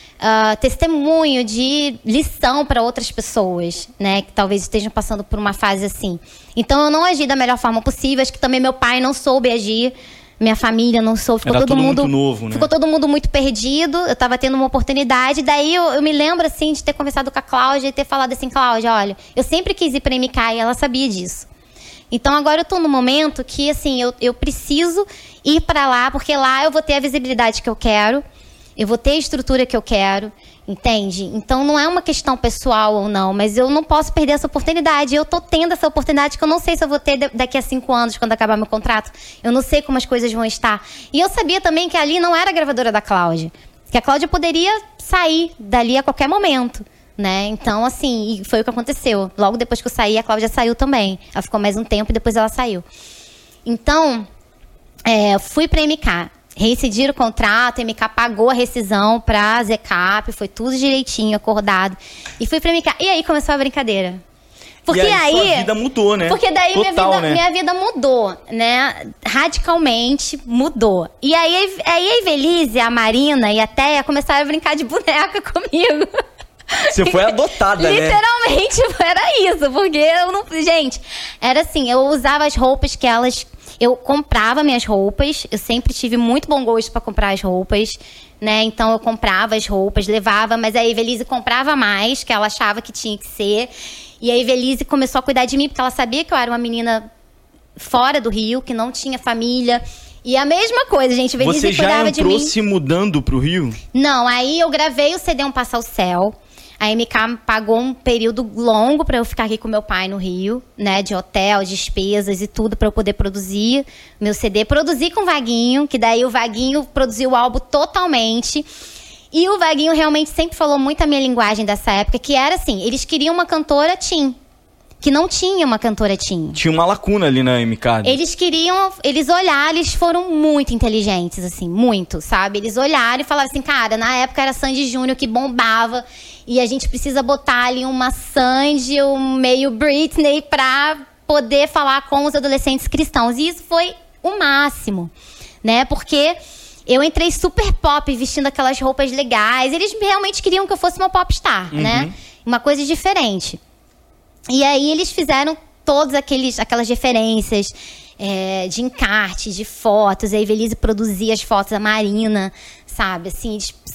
testemunho, de lição para outras pessoas, né? Que talvez estejam passando por uma fase assim. Então eu não agi da melhor forma possível. Acho que também meu pai não soube agir. Minha família não soube, ficou todo mundo muito novo, né? Ficou todo mundo muito perdido. Eu tava tendo uma oportunidade. Daí eu me lembro, assim, de ter conversado com a Cláudia e ter falado assim, Cláudia, olha, eu sempre quis ir pra MK e ela sabia disso. Então agora eu tô no momento que, assim, eu preciso ir pra lá, porque lá eu vou ter a visibilidade que eu quero, eu vou ter a estrutura que eu quero, entende? Então não é uma questão pessoal ou não, mas eu não posso perder essa oportunidade. Eu tô tendo essa oportunidade que eu não sei se eu vou ter daqui a 5 anos, quando acabar meu contrato. Eu não sei como as coisas vão estar. E eu sabia também que ali não era a gravadora da Cláudia. Que a Cláudia poderia sair dali a qualquer momento, né? Então, assim, e foi o que aconteceu. Logo depois que eu saí, a Cláudia saiu também. Ela ficou mais um tempo e depois ela saiu. Então, fui pra MK. Rescindiram o contrato, a MK pagou a rescisão pra Zecap, foi tudo direitinho, acordado. E fui pra MK. E aí começou a brincadeira. Porque e aí sua vida mudou, né? Porque daí Total, minha vida mudou, né? Radicalmente mudou. E aí a Evelise, a Marina e a Teia começaram a brincar de boneca comigo. Você foi adotada, né? Literalmente era isso, porque eu não... Gente, era assim, eu usava as roupas que elas... Eu comprava minhas roupas, eu sempre tive muito bom gosto para comprar as roupas, né? Então eu comprava as roupas, levava, mas a Evelise comprava mais, que ela achava que tinha que ser. E a Evelise começou a cuidar de mim, porque ela sabia que eu era uma menina fora do Rio, que não tinha família. E a mesma coisa, gente, a Evelise cuidava de mim. Você já entrou se mudando pro Rio? Não, aí eu gravei o CD Um Passa ao Céu. A MK pagou um período longo para eu ficar aqui com meu pai no Rio, né? De hotel, despesas e tudo para eu poder produzir meu CD. Produzi com o Vaguinho, que daí o Vaguinho produziu o álbum totalmente. E o Vaguinho realmente sempre falou muito a minha linguagem dessa época, que era assim, eles queriam uma cantora teen, que não tinha uma cantora teen. Tinha uma lacuna ali na MK. Eles olharam, eles foram muito inteligentes, assim, muito, sabe? Eles olharam e falaram assim, cara, na época era Sandy Júnior que bombava, e a gente precisa botar ali uma Sandy, um meio Britney, pra poder falar com os adolescentes cristãos. E isso foi o máximo, né? Porque eu entrei super pop, vestindo aquelas roupas legais. Eles realmente queriam que eu fosse uma popstar, né? Uma coisa diferente. E aí eles fizeram todas aquelas referências de encarte, de fotos. A Evelise produzia as fotos, a Marina, sabe? Assim,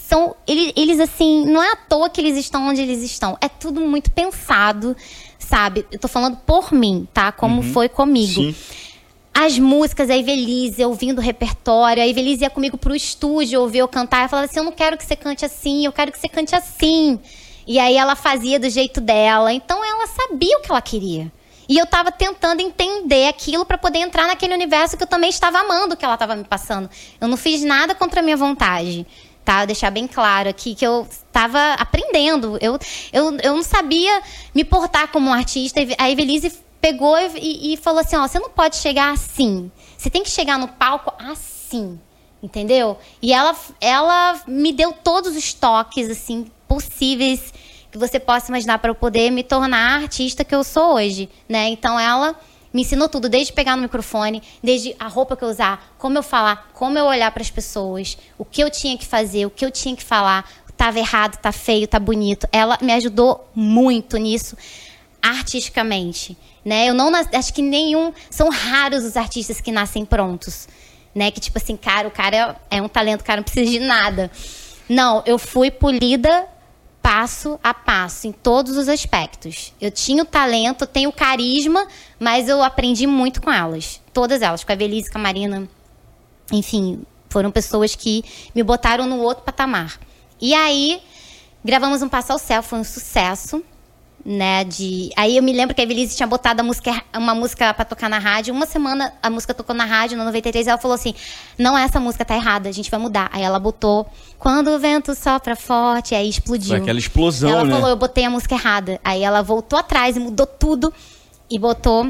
eles assim, não é à toa que eles estão onde eles estão. É tudo muito pensado, sabe? Eu tô falando por mim, tá? Como foi comigo. Sim. As músicas, a Evelise, ouvindo o repertório. A Evelise ia comigo pro estúdio, ouvir eu cantar. Eu falava assim, eu não quero que você cante assim, eu quero que você cante assim. E aí ela fazia do jeito dela. Então ela sabia o que ela queria. E eu tava tentando entender aquilo para poder entrar naquele universo que eu também estava amando o que ela tava me passando. Eu não fiz nada contra a minha vontade, tá? Vou deixar bem claro aqui que eu estava aprendendo. Eu não sabia me portar como um artista. A Evelise pegou e falou assim, ó, você não pode chegar assim. Você tem que chegar no palco assim, entendeu? E ela me deu todos os toques, assim, possíveis que você possa imaginar para eu poder me tornar a artista que eu sou hoje, né? Então ela me ensinou tudo, desde pegar no microfone, desde a roupa que eu usar, como eu falar, como eu olhar para as pessoas, o que eu tinha que fazer, o que eu tinha que falar, estava errado, tá feio, tá bonito. Ela me ajudou muito nisso, artisticamente, né? Acho que são raros os artistas que nascem prontos, né? Que tipo assim, cara, o cara é um talento, o cara não precisa de nada. Não, eu fui polida passo a passo, em todos os aspectos. Eu tinha o talento, tenho o carisma, mas eu aprendi muito com elas. Todas elas, com a Evelise, com a Marina. Enfim, foram pessoas que me botaram no outro patamar. E aí, gravamos Um Passo ao Céu, foi um sucesso, né? Aí eu me lembro que a Evelise tinha botado uma música pra tocar na rádio. Uma semana a música tocou na rádio, no 93, e ela falou assim, não, essa música tá errada, a gente vai mudar. Aí ela botou Quando o Vento Sopra Forte, aí explodiu. Foi aquela explosão, ela né? falou, eu botei a música errada. Aí ela voltou atrás e mudou tudo e botou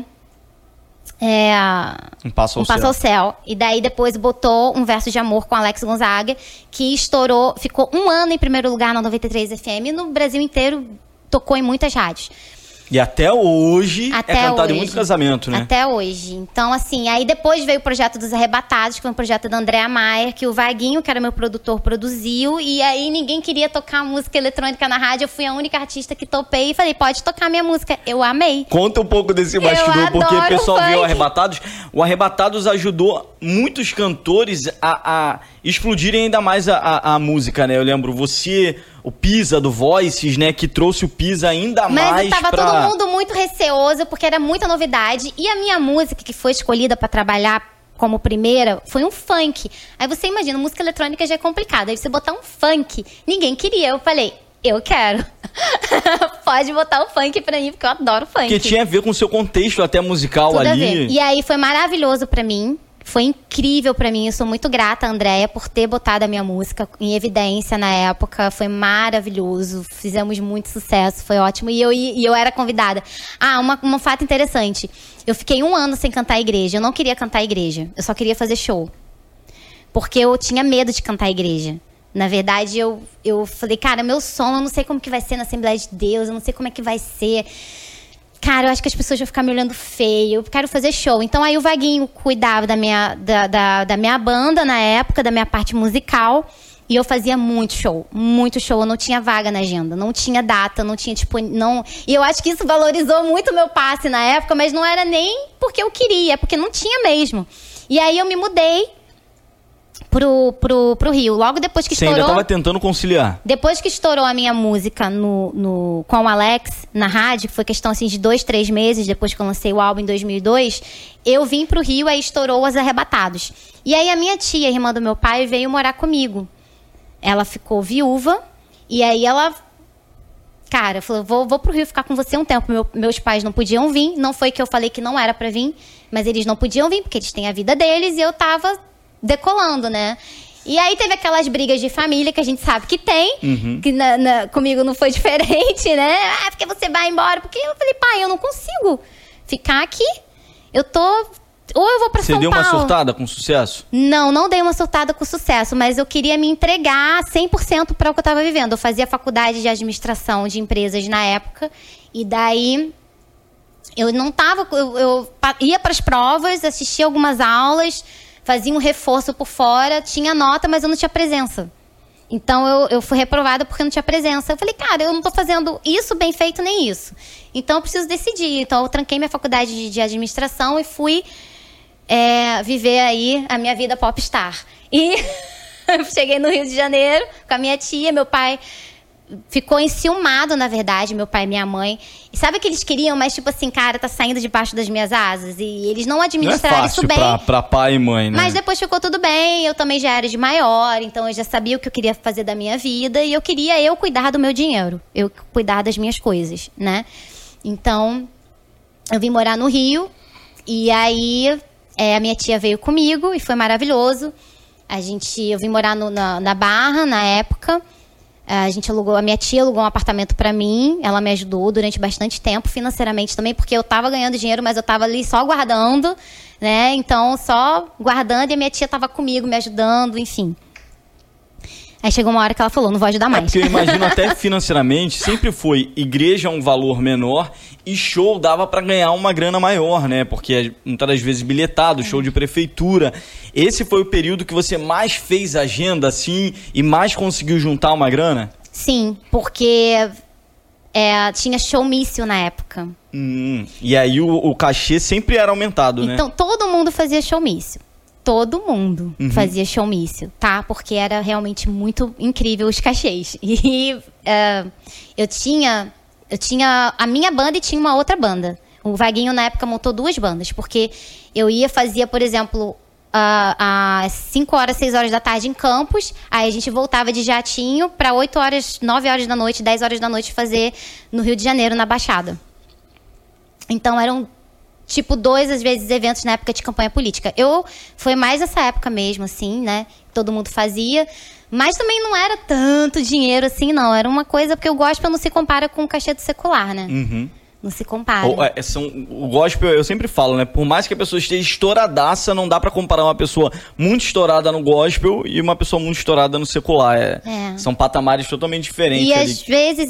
Um Passo ao Céu. E daí depois botou Um Verso de Amor com Alex Gonzaga, que estourou, ficou 1 ano em primeiro lugar na 93 FM e no Brasil inteiro tocou em muitas rádios. E até hoje é cantado em muito casamento, né? Até hoje. Então, assim, aí depois veio o projeto dos Arrebatados, que foi um projeto da Andréa Maier, que o Vaguinho, que era meu produtor, produziu. E aí ninguém queria tocar música eletrônica na rádio. Eu fui a única artista que topei e falei, pode tocar minha música. Eu amei. Conta um pouco desse bastidor, porque o pessoal viu o Arrebatados. O Arrebatados ajudou muitos cantores a explodirem ainda mais a música, né? Eu lembro você... O Pisa, do Voices, né? Que trouxe o Pisa ainda mais. Mas tava todo mundo muito receoso, porque era muita novidade. E a minha música, que foi escolhida pra trabalhar como primeira, foi um funk. Aí você imagina, música eletrônica já é complicada. Aí você botar um funk, ninguém queria. Eu falei, eu quero. Pode botar o funk pra mim, porque eu adoro funk. Que tinha a ver com o seu contexto até musical tudo ali. A ver. E aí foi maravilhoso pra mim. Foi incrível pra mim, eu sou muito grata, Andréia, por ter botado a minha música em evidência na época. Foi maravilhoso, fizemos muito sucesso, foi ótimo. E eu era convidada. Um fato interessante. Eu fiquei 1 ano sem cantar a igreja. Eu não queria cantar a igreja, eu só queria fazer show. Porque eu tinha medo de cantar a igreja. Na verdade, eu falei, cara, meu som, eu não sei como que vai ser na Assembleia de Deus, eu não sei como é que vai ser. cara, eu acho que as pessoas vão ficar me olhando feio, eu quero fazer show. Então aí o Vaguinho cuidava da minha banda na época, da minha parte musical. E eu fazia muito show, eu não tinha vaga na agenda, não tinha data, não tinha, não... E eu acho que isso valorizou muito o meu passe na época, mas não era nem porque eu queria, porque não tinha mesmo. E aí eu me mudei pro Rio, logo depois que estourou... Você ainda tava tentando conciliar. Depois que estourou a minha música com o Alex, na rádio, que foi questão assim de 2, 3 meses, depois que eu lancei o álbum em 2002, eu vim pro Rio, aí estourou Os Arrebatados. E aí a minha tia, irmã do meu pai, veio morar comigo. Ela ficou viúva, e aí ela, cara, falou, vou pro Rio ficar com você um tempo. Meus pais não podiam vir, não foi que eu falei que não era pra vir, mas eles não podiam vir, porque eles têm a vida deles, e eu tava decolando, né? E aí teve aquelas brigas de família que a gente sabe que tem, que comigo não foi diferente, né? Ah, porque você vai embora? Porque eu falei, pai, eu não consigo ficar aqui, ou eu vou pra São Paulo. Você deu uma surtada com sucesso? Não dei uma surtada com sucesso, mas eu queria me entregar 100% para o que eu estava vivendo. Eu fazia faculdade de administração de empresas na época, e daí eu não tava... Eu ia para as provas, assistia algumas aulas, fazia um reforço por fora, tinha nota, mas eu não tinha presença. Então eu fui reprovada porque não tinha presença. Eu falei, cara, eu não tô fazendo isso bem feito nem isso. Então eu preciso decidir. Então eu tranquei minha faculdade de administração e fui... viver aí a minha vida popstar. E cheguei no Rio de Janeiro com a minha tia, meu pai ficou enciumado, na verdade, meu pai e minha mãe. E sabe o que eles queriam? Mas tipo assim, cara, tá saindo debaixo das minhas asas. E eles não administraram isso bem. Não é fácil pra pai e mãe, né? Mas depois ficou tudo bem, eu também já era de maior, então eu já sabia o que eu queria fazer da minha vida. E eu queria cuidar do meu dinheiro, eu cuidar das minhas coisas, né? Então, eu vim morar no Rio, e aí... a minha tia veio comigo e foi maravilhoso. Eu vim morar na Barra, na época. A minha tia alugou um apartamento pra mim. Ela me ajudou durante bastante tempo, financeiramente também, porque eu tava ganhando dinheiro, mas eu tava ali só guardando, né? Então, só guardando, e a minha tia tava comigo, me ajudando, enfim. Aí chegou uma hora que ela falou, não vou ajudar mais. Porque eu imagino até financeiramente, sempre foi igreja um valor menor e show dava pra ganhar uma grana maior, né? Porque muitas das vezes bilhetado, show de prefeitura. Esse foi o período que você mais fez agenda, assim, e mais conseguiu juntar uma grana? Sim, porque tinha showmício na época. E aí o cachê sempre era aumentado, né? Então todo mundo fazia showmício. Todo mundo fazia showmício, tá? Porque era realmente muito incrível os cachês. E eu tinha a minha banda e tinha uma outra banda. O Vaguinho, na época, montou 2 bandas. Porque eu fazia, por exemplo, às 5 horas, 6 horas da tarde em Campos. Aí a gente voltava de jatinho para 8 horas, 9 horas da noite, 10 horas da noite fazer no Rio de Janeiro, na Baixada. Então eram... 2, às vezes, eventos na época de campanha política. Foi mais essa época mesmo, assim, né? Todo mundo fazia. Mas também não era tanto dinheiro assim, não. Era uma coisa, porque o gospel não se compara com o cachê do secular, né? Não se compara. O gospel, eu sempre falo, né? Por mais que a pessoa esteja estouradaça, não dá pra comparar uma pessoa muito estourada no gospel e uma pessoa muito estourada no secular. São patamares totalmente diferentes. E às vezes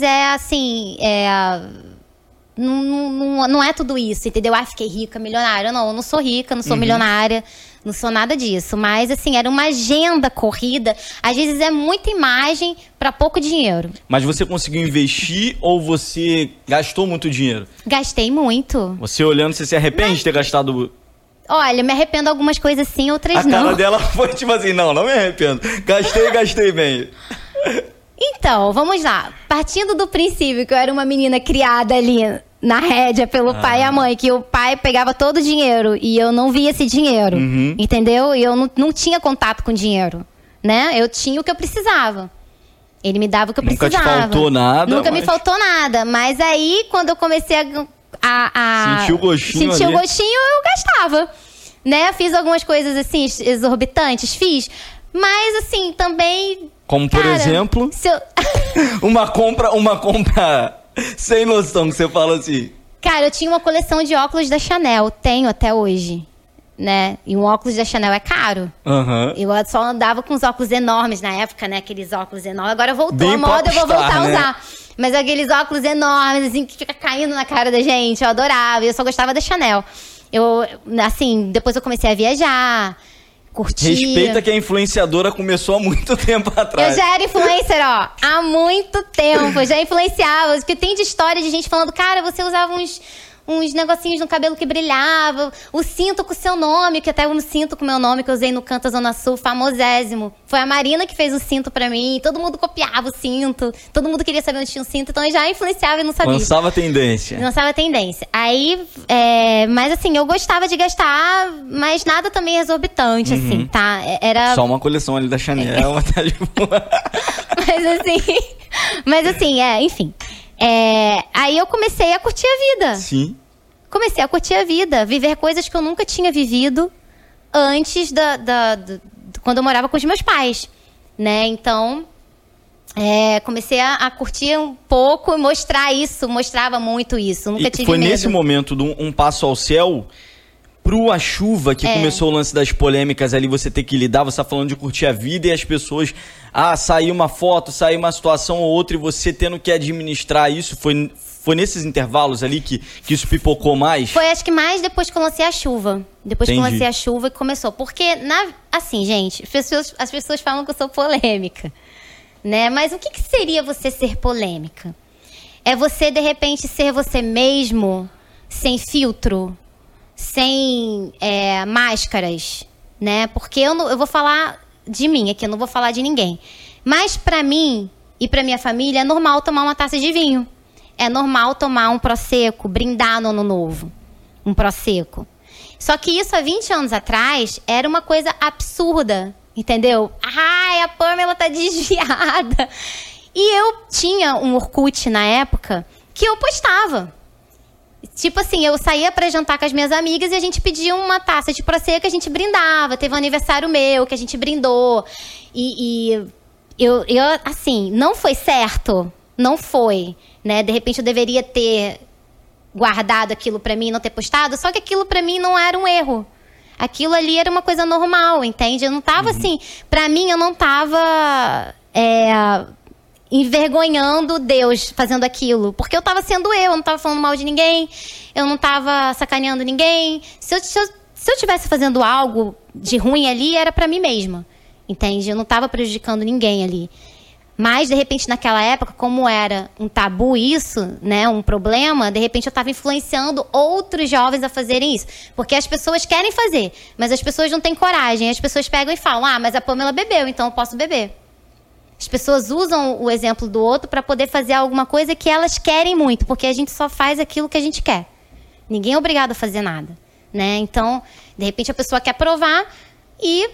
não é tudo isso, entendeu? Fiquei rica, milionária. Não, eu não sou rica, não sou milionária, não sou nada disso. Mas, assim, era uma agenda corrida. Às vezes é muita imagem para pouco dinheiro. Mas você conseguiu investir ou você gastou muito dinheiro? Gastei muito. Você olhando, você se arrepende de ter gastado... Olha, me arrependo de algumas coisas sim, outras não. A cara dela foi tipo assim, não me arrependo. Gastei bem. Então, vamos lá. Partindo do princípio que eu era uma menina criada ali na rédea pelo pai e a mãe, que o pai pegava todo o dinheiro e eu não via esse dinheiro, entendeu? E eu não tinha contato com dinheiro, né? Eu tinha o que eu precisava. Ele me dava o que eu precisava. Nunca te faltou nada? Nunca me faltou nada. Mas aí, quando eu comecei a sentir o gostinho eu gastava, né? Fiz algumas coisas assim, exorbitantes, fiz. Mas assim, também... Como, por exemplo, uma compra sem noção, que você fala assim. Cara, eu tinha uma coleção de óculos da Chanel, tenho até hoje. né? E um óculos da Chanel é caro. Aham. Eu só andava com os óculos enormes na época, né? Aqueles óculos enormes. Agora voltou Bem a moda, eu vou voltar popstar, a né? usar. Mas aqueles óculos enormes, assim, que fica caindo na cara da gente. Eu adorava. E eu só gostava da Chanel. Eu, assim, depois eu comecei a viajar, curtir. Respeita que a influenciadora começou há muito tempo atrás. Eu já era influencer, ó, há muito tempo. Eu já influenciava. Porque tem de história de gente falando, cara, você usava uns negocinhos no cabelo que brilhava, o cinto com o seu nome, que até um cinto com o meu nome que eu usei no Canta Zona Sul, famosésimo. Foi a Marina que fez o cinto pra mim, todo mundo copiava o cinto, todo mundo queria saber onde tinha o cinto, então eu já influenciava e não sabia. Lançava tendência. Lançava tendência. Aí, mas assim, eu gostava de gastar, mas nada também exorbitante, assim, tá? Era... Só uma coleção ali da Chanel, tá de boa. Mas assim, enfim. Aí eu comecei a curtir a vida. Sim. Comecei a curtir a vida, viver coisas que eu nunca tinha vivido antes quando eu morava com os meus pais, né? Então, comecei a curtir um pouco e mostrava muito isso, nunca tive foi medo. Nesse momento do Um Passo ao Céu pro A Chuva que começou o lance das polêmicas ali, você ter que lidar, você tá falando de curtir a vida e as pessoas, saiu uma foto, saiu uma situação ou outra e você tendo que administrar isso, foi nesses intervalos ali que isso pipocou mais? Foi acho que mais depois que eu lancei A Chuva. Depois Entendi. que eu lancei A Chuva que começou. Porque, assim, gente, as pessoas falam que eu sou polêmica, né? Mas o que seria você ser polêmica? É você, de repente, ser você mesmo, sem filtro, sem máscaras, né? Porque eu vou falar de mim aqui, eu não vou falar de ninguém. Mas pra mim e pra minha família é normal tomar uma taça de vinho. É normal tomar um prosecco, brindar no Ano Novo. Um prosecco. Só que isso há 20 anos atrás era uma coisa absurda, entendeu? Ai, a Pamela tá desviada. E eu tinha um Orkut na época que eu postava. Tipo assim, eu saía pra jantar com as minhas amigas e a gente pedia uma taça de prosecco, a gente brindava. Teve um aniversário meu que a gente brindou. E eu assim, não foi certo. Não foi, né? De repente eu deveria ter guardado aquilo pra mim e não ter postado. Só que aquilo pra mim não era um erro. Aquilo ali era uma coisa normal, entende? Eu não tava assim... Pra mim, eu não tava... envergonhando Deus fazendo aquilo. Porque eu tava sendo eu não tava falando mal de ninguém, eu não tava sacaneando ninguém. Se eu tivesse fazendo algo de ruim ali, era pra mim mesma, entende? Eu não tava prejudicando ninguém ali. Mas, de repente, naquela época, como era um tabu isso, né, um problema, de repente eu tava influenciando outros jovens a fazerem isso. Porque as pessoas querem fazer, mas as pessoas não têm coragem. As pessoas pegam e falam, mas a Pamela bebeu, então eu posso beber. As pessoas usam o exemplo do outro para poder fazer alguma coisa que elas querem muito, porque a gente só faz aquilo que a gente quer. Ninguém é obrigado a fazer nada, né? Então, de repente, a pessoa quer provar e...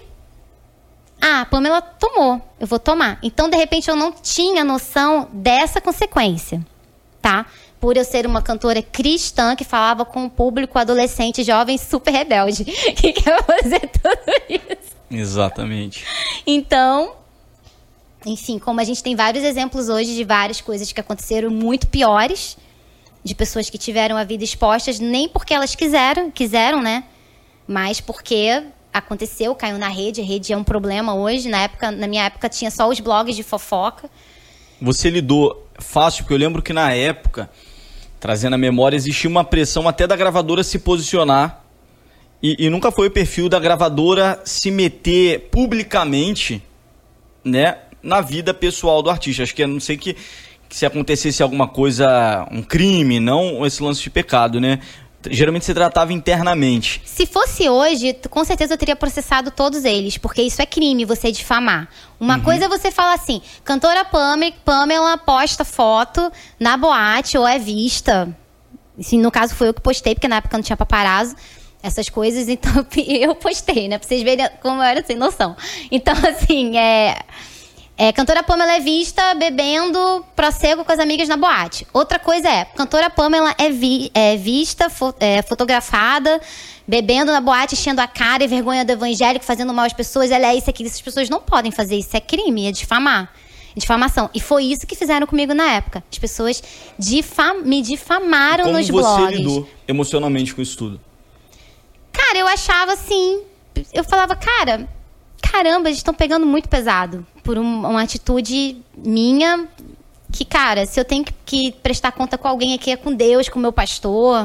a Pamela tomou, eu vou tomar. Então, de repente, eu não tinha noção dessa consequência, tá? Por eu ser uma cantora cristã que falava com um público adolescente, jovem, super rebelde, que quer fazer tudo isso. Exatamente. Então... enfim, como a gente tem vários exemplos hoje de várias coisas que aconteceram muito piores, de pessoas que tiveram a vida expostas, nem porque elas quiseram, né? Mas porque aconteceu, caiu na rede, a rede é um problema hoje. Na minha época tinha só os blogs de fofoca. Você lidou fácil, porque eu lembro que na época, trazendo a memória, existia uma pressão até da gravadora se posicionar. E nunca foi o perfil da gravadora se meter publicamente, né, na vida pessoal do artista. Acho que a não ser que se acontecesse alguma coisa, um crime, não esse lance de pecado, né? Geralmente se tratava internamente. Se fosse hoje, com certeza eu teria processado todos eles, porque isso é crime, você difamar. Uma coisa é você falar assim, cantora Pamela posta foto na boate ou é vista. Assim, no caso foi eu que postei, porque na época não tinha paparazzo, essas coisas, então eu postei, né? Pra vocês verem como eu era sem noção. Então, assim, cantora Pamela é vista bebendo prosecco com as amigas na boate. Outra coisa cantora Pamela é vista, fotografada, bebendo na boate, enchendo a cara e vergonha do evangélico, fazendo mal às pessoas. Ela é isso aqui. Essas pessoas não podem fazer isso. É crime, é difamar. Difamação. E foi isso que fizeram comigo na época. As pessoas me difamaram nos blogs. Como você lidou emocionalmente com isso tudo? Cara, Cara, eu achava assim... Eu falava, caramba, eles estão pegando muito pesado. Por uma atitude minha... Que, cara, se eu tenho que prestar conta com alguém aqui, é com Deus, com o meu pastor.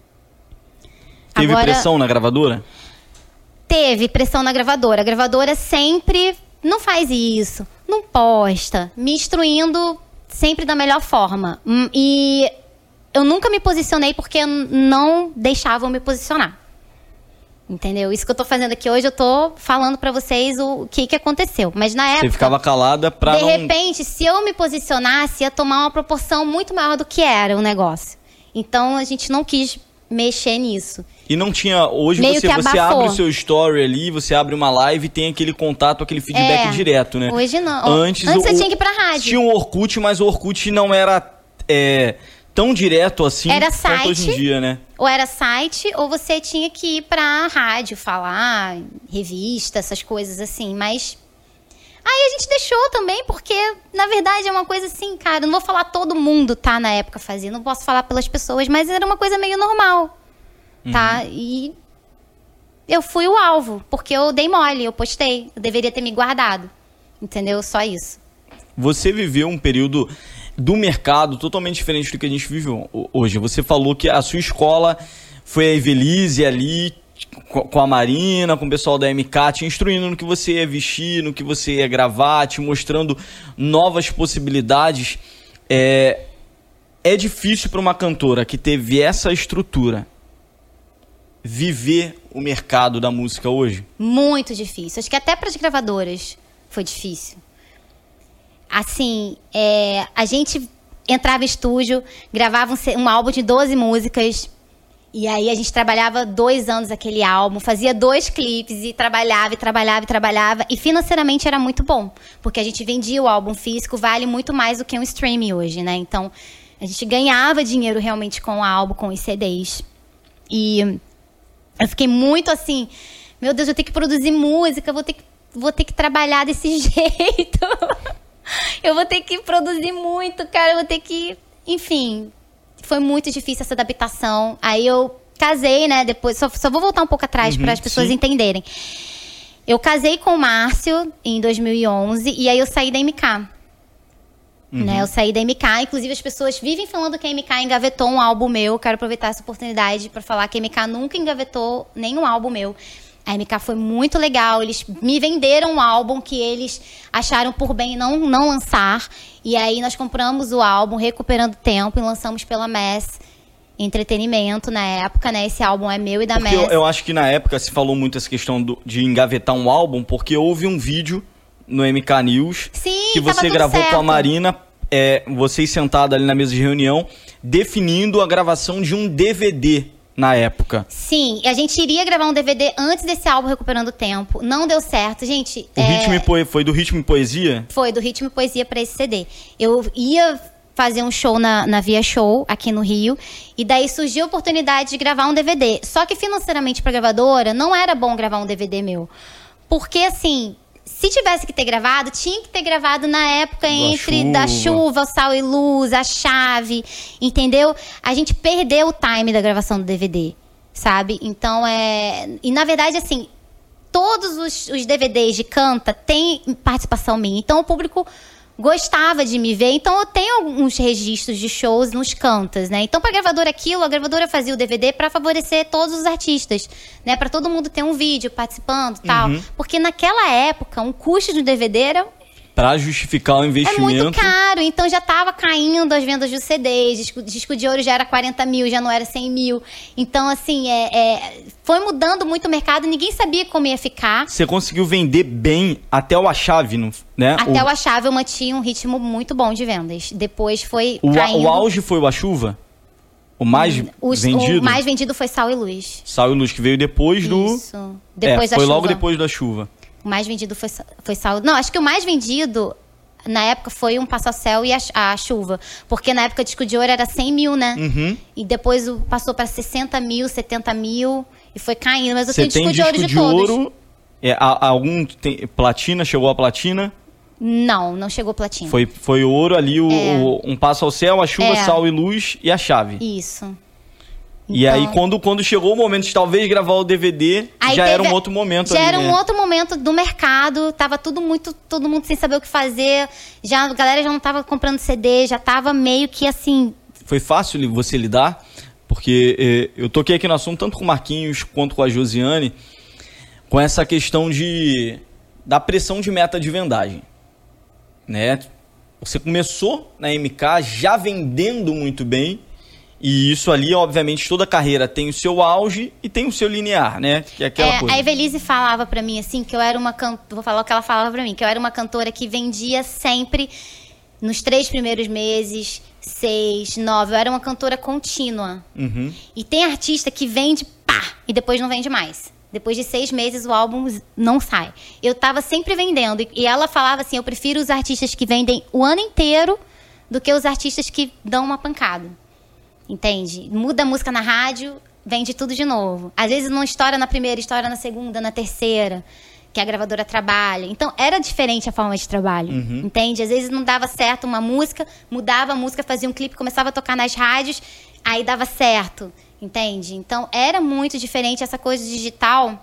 Teve pressão na gravadora? Teve pressão na gravadora. A gravadora sempre não faz isso, não posta, me instruindo sempre da melhor forma. E eu nunca me posicionei porque não deixavam me posicionar. Entendeu? Isso que eu tô fazendo aqui hoje, eu tô falando pra vocês o que aconteceu. Mas na época... Você ficava calada pra de repente, se eu me posicionasse, ia tomar uma proporção muito maior do que era o negócio. Então, a gente não quis mexer nisso. E não tinha... Hoje você abre o seu story ali, você abre uma live e tem aquele contato, aquele feedback direto, né? Hoje não. Antes você tinha que ir pra rádio. Tinha um Orkut, mas o Orkut não era tão direto assim era site, quanto hoje em dia, né? Ou era site, ou você tinha que ir pra rádio, falar, revista, essas coisas assim. Mas aí a gente deixou também, porque na verdade é uma coisa assim, cara, eu não vou falar todo mundo tá na época fazendo, não posso falar pelas pessoas, mas era uma coisa meio normal, tá? E eu fui o alvo, porque eu dei mole, eu postei, eu deveria ter me guardado, entendeu? Só isso. Você viveu um período do mercado totalmente diferente do que a gente vive hoje. Você falou que a sua escola foi a Evelise ali, com a Marina, com o pessoal da MK, te instruindo no que você ia vestir, no que você ia gravar, te mostrando novas possibilidades. É difícil para uma cantora que teve essa estrutura viver o mercado da música hoje? Muito difícil. Acho que até para as gravadoras foi difícil. Assim, a gente entrava em estúdio, gravava um álbum de 12 músicas, e aí a gente trabalhava 2 anos aquele álbum, fazia 2 clipes e trabalhava, e financeiramente era muito bom, porque a gente vendia o álbum físico, vale muito mais do que um streaming hoje, né? Então, a gente ganhava dinheiro realmente com o álbum, com os CDs. E eu fiquei muito assim, meu Deus, eu tenho que produzir música, vou ter que trabalhar desse jeito. Eu vou ter que produzir muito, cara, eu vou ter que... Enfim, foi muito difícil essa adaptação. Aí eu casei, né, depois... Só vou voltar um pouco atrás para as pessoas entenderem. Eu casei com o Márcio em 2011 e aí eu saí da MK. Né, eu saí da MK, inclusive as pessoas vivem falando que a MK engavetou um álbum meu. Eu quero aproveitar essa oportunidade para falar que a MK nunca engavetou nenhum álbum meu. A MK foi muito legal, eles me venderam um álbum que eles acharam por bem não lançar. E aí nós compramos o álbum, recuperando tempo, e lançamos pela Mass Entretenimento na época, né? Esse álbum é meu e da Mass. Eu acho que na época se falou muito essa questão de engavetar um álbum, porque houve um vídeo no MK News que você gravou com a Marina, vocês sentados ali na mesa de reunião, definindo a gravação de um DVD. Na época. Sim, a gente iria gravar um DVD antes desse álbum Recuperando o Tempo. Não deu certo, gente. Foi do Ritmo e Poesia? Foi, do Ritmo e Poesia para esse CD. Eu ia fazer um show na Via Show, aqui no Rio. E daí surgiu a oportunidade de gravar um DVD. Só que financeiramente pra gravadora, não era bom gravar um DVD meu. Porque, assim... Se tivesse que ter gravado, tinha que ter gravado na época da chuva, o Sal e Luz, a Chave, entendeu? A gente perdeu o time da gravação do DVD, sabe? Então, E, na verdade, assim, todos os DVDs de Canta têm participação minha. Então, o público gostava de me ver. Então, eu tenho alguns registros de shows nos Cantas, né? Então, pra gravadora a gravadora fazia o DVD pra favorecer todos os artistas, né? Pra todo mundo ter um vídeo participando e tal. Porque naquela época, um custo de um DVD era... Pra justificar o investimento. É muito caro, então já tava caindo as vendas dos CDs, disco de ouro já era 40 mil, já não era 100 mil. Então, assim, foi mudando muito o mercado, ninguém sabia como ia ficar. Você conseguiu vender bem até o A Chave, né? Até o A Chave eu mantinha um ritmo muito bom de vendas. Depois foi caindo. O auge foi o A Chuva? O mais vendido? O mais vendido foi Sal e Luz. Sal e Luz, que veio depois do... Isso. Depois da foi Chuva. Logo depois da Chuva. O mais vendido foi Sal... Não, acho que o mais vendido, na época, foi um Passa-Céu e a Chuva. Porque na época o disco de ouro era 100 mil, né? E depois passou para 60 mil, 70 mil. E foi caindo. Mas eu tenho disco de ouro de todos. Ouro, platina? Chegou a platina? Não chegou platina. Foi ouro ali, um Passo ao Céu, a Chuva, Sal e Luz e a Chave. Isso. E aí, quando chegou o momento de talvez gravar o DVD, já era um outro momento. Já era um outro momento do mercado, tava todo mundo sem saber o que fazer, a galera já não tava comprando CD, já tava meio que assim... Foi fácil você lidar? Porque eu toquei aqui no assunto tanto com o Marquinhos quanto com a Josiane, com essa questão da pressão de meta de vendagem, né? Você começou na MK já vendendo muito bem, e isso ali, obviamente, toda carreira tem o seu auge e tem o seu linear, né? Que é aquela coisa. A Evelise falava pra mim, assim, que eu era uma cantora... Vou falar o que ela falava pra mim. Que eu era uma cantora que vendia sempre nos 3 primeiros meses, 6, 9. Eu era uma cantora contínua. Uhum. E tem artista que vende, pá, e depois não vende mais. Depois de 6 meses, o álbum não sai. Eu tava sempre vendendo. E ela falava assim, eu prefiro os artistas que vendem o ano inteiro do que os artistas que dão uma pancada. Entende? Muda a música na rádio, vende tudo de novo. Às vezes não estoura na primeira, estoura na segunda, na terceira, que a gravadora trabalha. Então, era diferente a forma de trabalho, entende? Às vezes não dava certo uma música, mudava a música, fazia um clipe, começava a tocar nas rádios, aí dava certo, entende? Então, era muito diferente essa coisa digital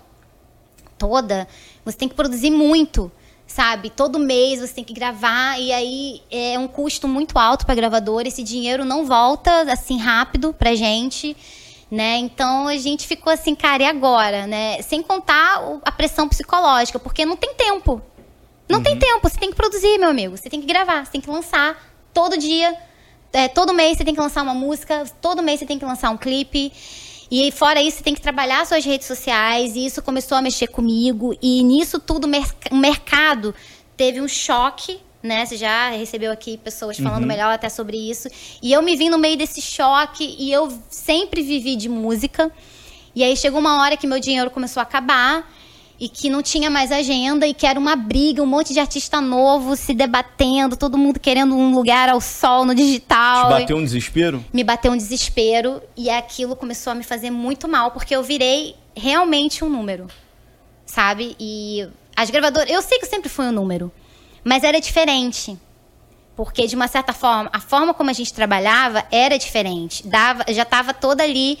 toda. Você tem que produzir muito, sabe? Todo mês você tem que gravar e aí é um custo muito alto para a gravadora. Esse dinheiro não volta assim rápido pra gente, né? Então a gente ficou assim, cara, e agora, né? Sem contar a pressão psicológica, porque não tem tempo. Não tem tempo, você tem que produzir, meu amigo. Você tem que gravar, você tem que lançar todo dia. Todo mês você tem que lançar uma música, todo mês você tem que lançar um clipe. E fora isso, você tem que trabalhar suas redes sociais, e isso começou a mexer comigo. E nisso tudo, o mercado teve um choque, né? Você já recebeu aqui pessoas falando melhor até sobre isso. E eu me vi no meio desse choque, e eu sempre vivi de música. E aí chegou uma hora que meu dinheiro começou a acabar, e que não tinha mais agenda, e que era uma briga, um monte de artista novo se debatendo, todo mundo querendo um lugar ao sol no digital. Te bateu um desespero? Me bateu um desespero, e aquilo começou a me fazer muito mal, porque eu virei realmente um número, sabe? E as gravadoras... Eu sei que eu sempre fui um número, mas era diferente. Porque, de uma certa forma, a forma como a gente trabalhava era diferente. Já estava toda ali,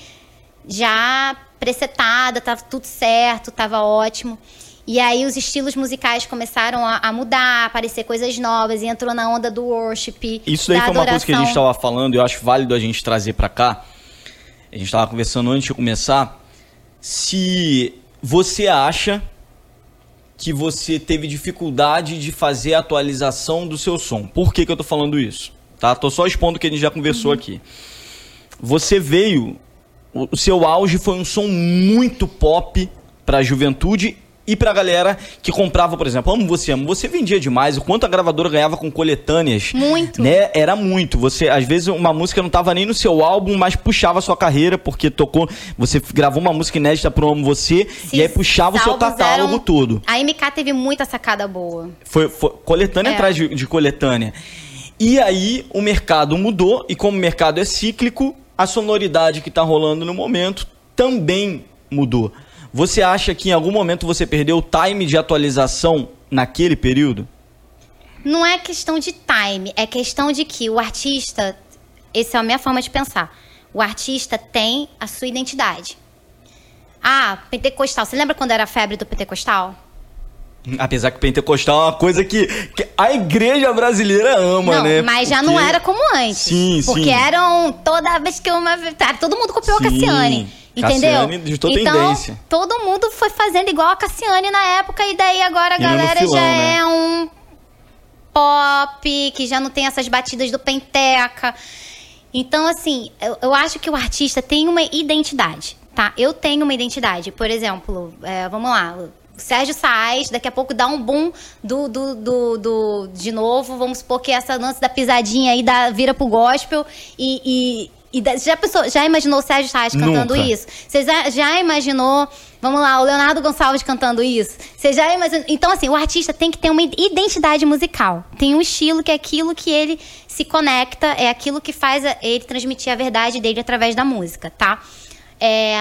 já presetada, estava tudo certo, estava ótimo. E aí os estilos musicais começaram a mudar, a aparecer coisas novas, e entrou na onda do worship. Isso daí foi uma coisa que a gente estava falando, e eu acho válido a gente trazer para cá. A gente estava conversando antes de começar. Se você acha que você teve dificuldade de fazer a atualização do seu som. Por que eu tô falando isso? Tá? Tô só expondo o que a gente já conversou aqui. Você veio... O seu auge foi um som muito pop pra juventude e pra galera que comprava, por exemplo, Amo Você, Amo Você vendia demais. O quanto a gravadora ganhava com coletâneas. Muito. Né? Era muito. Você, às vezes, uma música não tava nem no seu álbum, mas puxava a sua carreira, porque tocou... Você gravou uma música inédita pro Amo Você, e aí puxava o seu catálogo todo. A MK teve muita sacada boa. Foi coletânea atrás de coletânea. E aí, o mercado mudou, e como o mercado é cíclico, a sonoridade que está rolando no momento também mudou. Você acha que em algum momento você perdeu o time de atualização naquele período? Não é questão de time, é questão de que o artista... Essa é a minha forma de pensar. O artista tem a sua identidade. Ah, pentecostal. Você lembra quando era a febre do pentecostal? Apesar que pentecostal é uma coisa que a igreja brasileira ama, né? Mas já não era como antes. Sim, porque eram... Toda vez que todo mundo copiou a Cassiane. Entendeu? Cassiane digitou tendência. Todo mundo foi fazendo igual a Cassiane na época, e daí agora a galera filão, já é um pop, que já não tem essas batidas do penteca. Então, assim, eu acho que o artista tem uma identidade, tá? Eu tenho uma identidade. Por exemplo, vamos lá... O Sérgio Saaz, daqui a pouco dá um boom de novo. Vamos supor que essa lance da pisadinha aí vira pro gospel. Já imaginou o Sérgio Saaz cantando isso? Você já imaginou, vamos lá, o Leonardo Gonçalves cantando isso? Você já imaginou? Então, assim, o artista tem que ter uma identidade musical. Tem um estilo que é aquilo que ele se conecta, é aquilo que faz ele transmitir a verdade dele através da música, tá?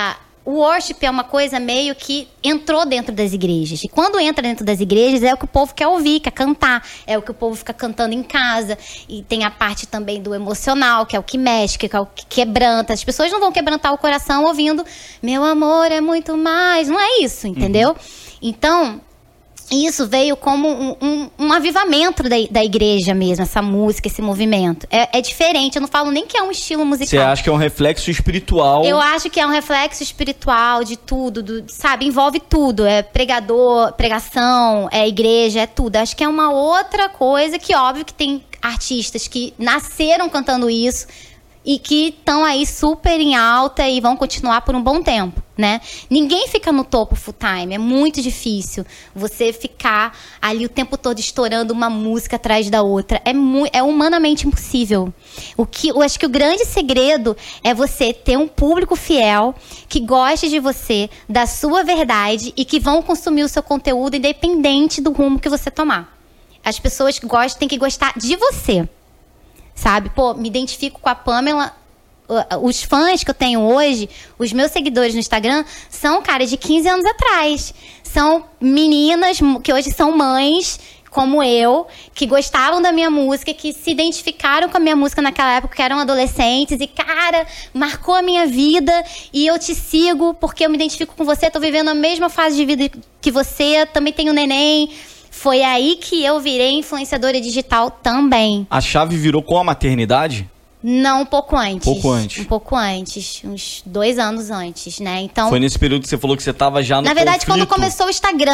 o worship é uma coisa meio que entrou dentro das igrejas. E quando entra dentro das igrejas, é o que o povo quer ouvir, quer cantar. É o que o povo fica cantando em casa. E tem a parte também do emocional, que é o que mexe, que é o que quebranta. As pessoas não vão quebrantar o coração ouvindo meu amor é muito mais. Não é isso, entendeu? Então, isso veio como um avivamento da igreja mesmo, essa música, esse movimento. É diferente, eu não falo nem que é um estilo musical. Você acha que é um reflexo espiritual? Eu acho que é um reflexo espiritual de tudo, sabe? Envolve tudo. É pregador, pregação, é igreja, é tudo. Acho que é uma outra coisa que, óbvio, que tem artistas que nasceram cantando isso e que estão aí super em alta e vão continuar por um bom tempo, né? Ninguém fica no topo full time, é muito difícil você ficar ali o tempo todo estourando uma música atrás da outra. É humanamente impossível. Eu acho que o grande segredo é você ter um público fiel que goste de você, da sua verdade e que vão consumir o seu conteúdo independente do rumo que você tomar. As pessoas que gostam têm que gostar de você. Sabe? Pô, me identifico com a Pamela. Os fãs que eu tenho hoje, os meus seguidores no Instagram, são, cara, de 15 anos atrás. São meninas que hoje são mães, como eu, que gostavam da minha música, que se identificaram com a minha música naquela época, que eram adolescentes. E, cara, marcou a minha vida e eu te sigo porque eu me identifico com você. Tô vivendo a mesma fase de vida que você, também tenho neném. Foi aí que eu virei influenciadora digital também. A chave virou com a maternidade? Não, um pouco antes. Um pouco antes. Uns 2 anos antes, né? Então, foi nesse período que você falou que você estava já no Na verdade, conflito. quando começou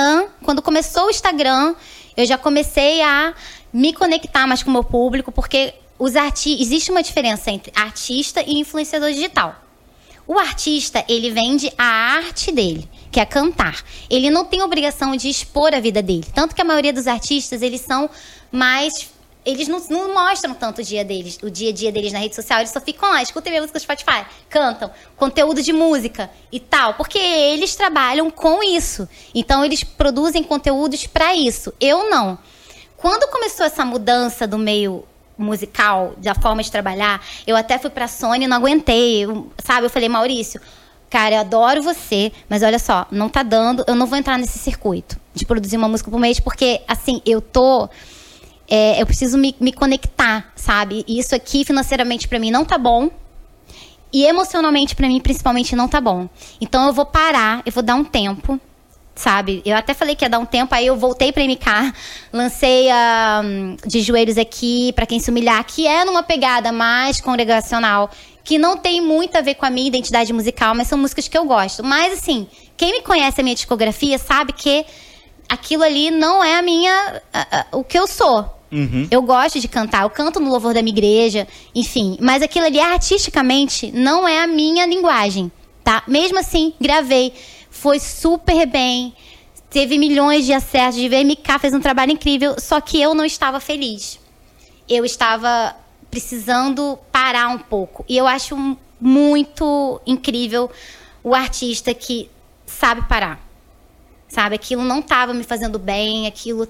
o Instagram, eu já comecei a me conectar mais com o meu público, porque existe uma diferença entre artista e influenciador digital. O artista, ele vende a arte dele, que é cantar. Ele não tem obrigação de expor a vida dele. Tanto que a maioria dos artistas, eles são mais... Eles não mostram tanto o dia a dia deles na rede social. Eles só ficam lá, escutem minha música no Spotify, cantam, conteúdo de música e tal. Porque eles trabalham com isso. Então, eles produzem conteúdos para isso. Eu não. Quando começou essa mudança do meio musical, da forma de trabalhar, eu até fui pra Sony e não aguentei, sabe? Eu falei, Maurício, cara, eu adoro você, mas olha só, não tá dando, eu não vou entrar nesse circuito de produzir uma música por mês, porque, assim, eu preciso me conectar, sabe? E isso aqui, financeiramente, pra mim, não tá bom. E emocionalmente, pra mim, principalmente, não tá bom. Então, eu vou parar, eu vou dar um tempo, sabe? Eu até falei que ia dar um tempo, aí eu voltei pra MK, lancei De Joelhos Aqui, Pra Quem Se Humilhar, que é numa pegada mais congregacional, que não tem muito a ver com a minha identidade musical, mas são músicas que eu gosto. Mas, assim, quem me conhece a minha discografia sabe que aquilo ali não é o que eu sou. Uhum. Eu gosto de cantar, eu canto no louvor da minha igreja, enfim. Mas aquilo ali, artisticamente, não é a minha linguagem, tá? Mesmo assim, gravei. Foi super bem, teve milhões de acessos, de VMK, fez um trabalho incrível, só que eu não estava feliz. Eu estava precisando parar um pouco. E eu acho muito incrível o artista que sabe parar. Sabe, aquilo não estava me fazendo bem, aquilo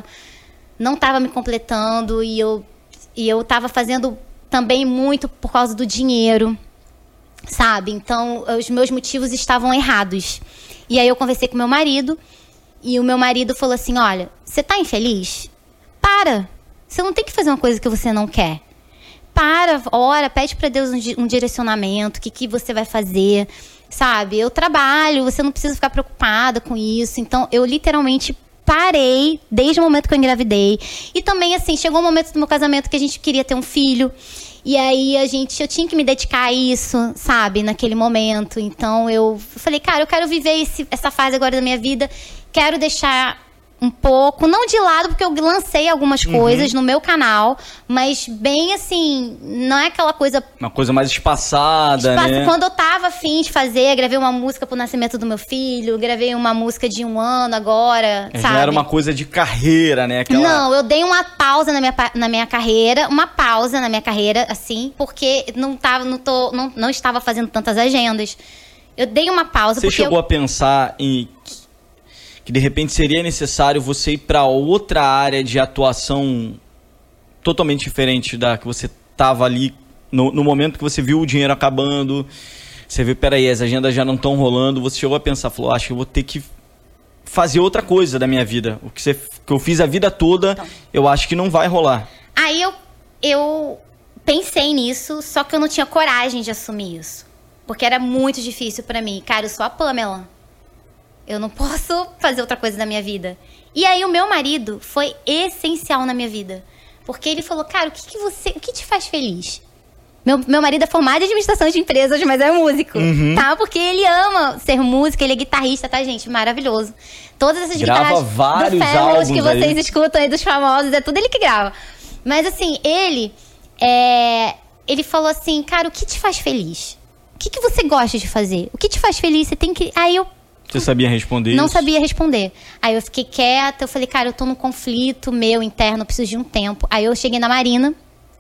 não estava me completando e eu estava fazendo também muito por causa do dinheiro. Sabe? Então, os meus motivos estavam errados. E aí eu conversei com meu marido e o meu marido falou assim, olha, você tá infeliz? Para! Você não tem que fazer uma coisa que você não quer. Para, ora, pede pra Deus um direcionamento, o que você vai fazer, sabe? Eu trabalho, você não precisa ficar preocupada com isso. Então, eu literalmente parei desde o momento que eu engravidei. E também, assim, chegou um momento do meu casamento que a gente queria ter um filho. E aí, eu tinha que me dedicar a isso, sabe? Naquele momento. Então, eu falei, cara, eu quero viver essa fase agora da minha vida. Quero deixar um pouco, não de lado, porque eu lancei algumas coisas no meu canal. Mas bem assim, não é aquela coisa... Uma coisa mais espaçada, né? Quando eu tava afim de fazer, gravei uma música pro nascimento do meu filho. Gravei uma música de 1 ano agora, sabe? Já era uma coisa de carreira, né? Não, eu dei uma pausa na minha carreira. Uma pausa na minha carreira, assim, porque não estava fazendo tantas agendas. Eu dei uma pausa. Você chegou a pensar em que de repente seria necessário você ir para outra área de atuação totalmente diferente da que você estava ali no momento que você viu o dinheiro acabando? Você vê, peraí, as agendas já não estão rolando, você chegou a pensar, falou, acho que eu vou ter que fazer outra coisa da minha vida. O que eu fiz a vida toda, então, eu acho que não vai rolar. Aí eu pensei nisso, só que eu não tinha coragem de assumir isso. Porque era muito difícil pra mim. Cara, eu sou a Pamela. Eu não posso fazer outra coisa da minha vida. E aí o meu marido foi essencial na minha vida. Porque ele falou, cara, o que te faz feliz? Meu marido é formado em administração de empresas, mas é músico, tá? Porque ele ama ser músico, ele é guitarrista, tá, gente? Maravilhoso. Todas essas guitarras do Famous que vocês escutam aí, dos famosos, é tudo ele que grava. Mas assim, ele falou assim, cara, o que te faz feliz? O que você gosta de fazer? O que te faz feliz? Você tem que... Aí eu... Você sabia responder Não isso? sabia responder. Aí eu fiquei quieta, eu falei, cara, eu tô num conflito meu interno, eu preciso de um tempo. Aí eu cheguei na Marina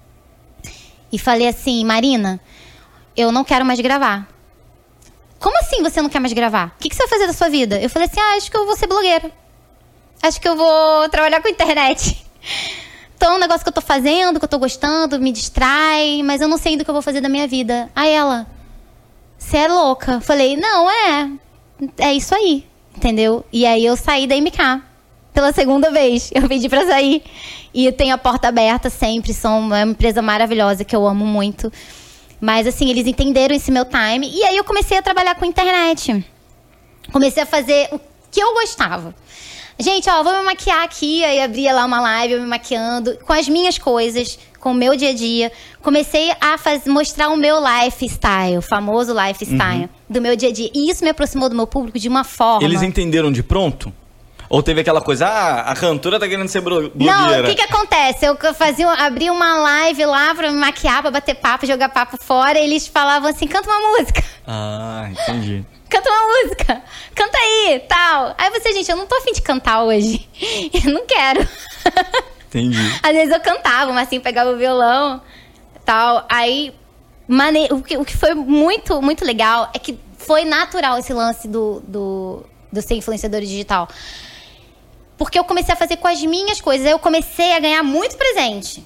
e falei assim, Marina, eu não quero mais gravar. Como assim você não quer mais gravar? O que você vai fazer da sua vida? Eu falei assim, acho que eu vou ser blogueira. Acho que eu vou trabalhar com internet. Então, é um negócio que eu tô fazendo, que eu tô gostando, me distrai, mas eu não sei ainda o que eu vou fazer da minha vida. Aí ela, você é louca. Falei, não, é isso aí, entendeu? E aí eu saí da MK. Pela segunda vez, eu pedi pra sair. E eu tenho a porta aberta sempre, são uma empresa maravilhosa que eu amo muito. Mas assim, eles entenderam esse meu time. E aí eu comecei a trabalhar com internet. Comecei a fazer o que eu gostava. Gente, ó, vou me maquiar aqui. Aí abria lá uma live, eu me maquiando. Com as minhas coisas, com o meu dia a dia. Comecei a mostrar o meu lifestyle, o famoso lifestyle do meu dia a dia. E isso me aproximou do meu público de uma forma... Eles entenderam de pronto? Ou teve aquela coisa, a cantora tá querendo ser blogueira? Não, o que acontece? Eu abria uma live lá pra me maquiar, pra bater papo, jogar papo fora, e eles falavam assim, canta uma música. Ah, entendi. Canta uma música, canta aí, tal. Aí você, gente, eu não tô a fim de cantar hoje. Eu não quero. Entendi. Às vezes eu cantava, mas assim, pegava o violão, tal. Aí, o que foi muito, muito legal é que foi natural esse lance do ser influenciador digital. Porque eu comecei a fazer com as minhas coisas. Aí eu comecei a ganhar muito presente.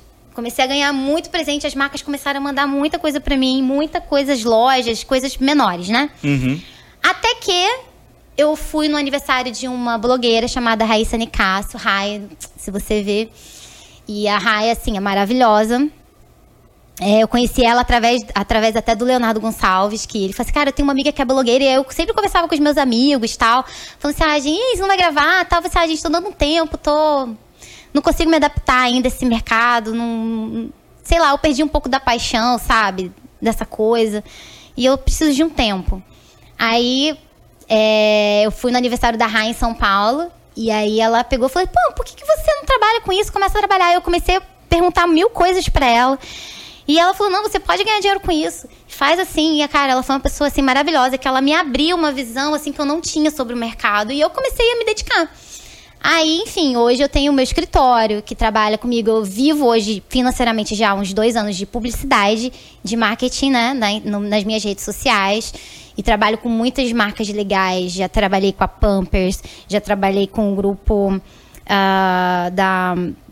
As marcas começaram a mandar muita coisa pra mim. Muita coisas, lojas, coisas menores, né? Até que eu fui no aniversário de uma blogueira chamada Raíssa Nicasso. Rai, se você ver. E a Rai, assim, é maravilhosa. Eu conheci ela através até do Leonardo Gonçalves, que ele falou assim, cara, eu tenho uma amiga que é blogueira, e eu sempre conversava com os meus amigos e tal, falando assim, gente, você não vai gravar, tal, você, gente, tô dando um tempo, não consigo me adaptar ainda a esse mercado, não, sei lá, eu perdi um pouco da paixão, sabe, dessa coisa, e eu preciso de um tempo. Aí, eu fui no aniversário da Rai em São Paulo, e aí ela pegou e falou, pô, por que você não trabalha com isso? Começa a trabalhar. Eu comecei a perguntar 1000 coisas pra ela. E ela falou, não, você pode ganhar dinheiro com isso. Faz assim. E, cara, ela foi uma pessoa, assim, maravilhosa, que ela me abriu uma visão, assim, que eu não tinha sobre o mercado. E eu comecei a me dedicar. Aí, enfim, hoje eu tenho o meu escritório, que trabalha comigo. Eu vivo hoje, financeiramente, já há uns 2 anos de publicidade, de marketing, né, nas minhas redes sociais. E trabalho com muitas marcas legais. Já trabalhei com a Pampers, já trabalhei com o grupo... da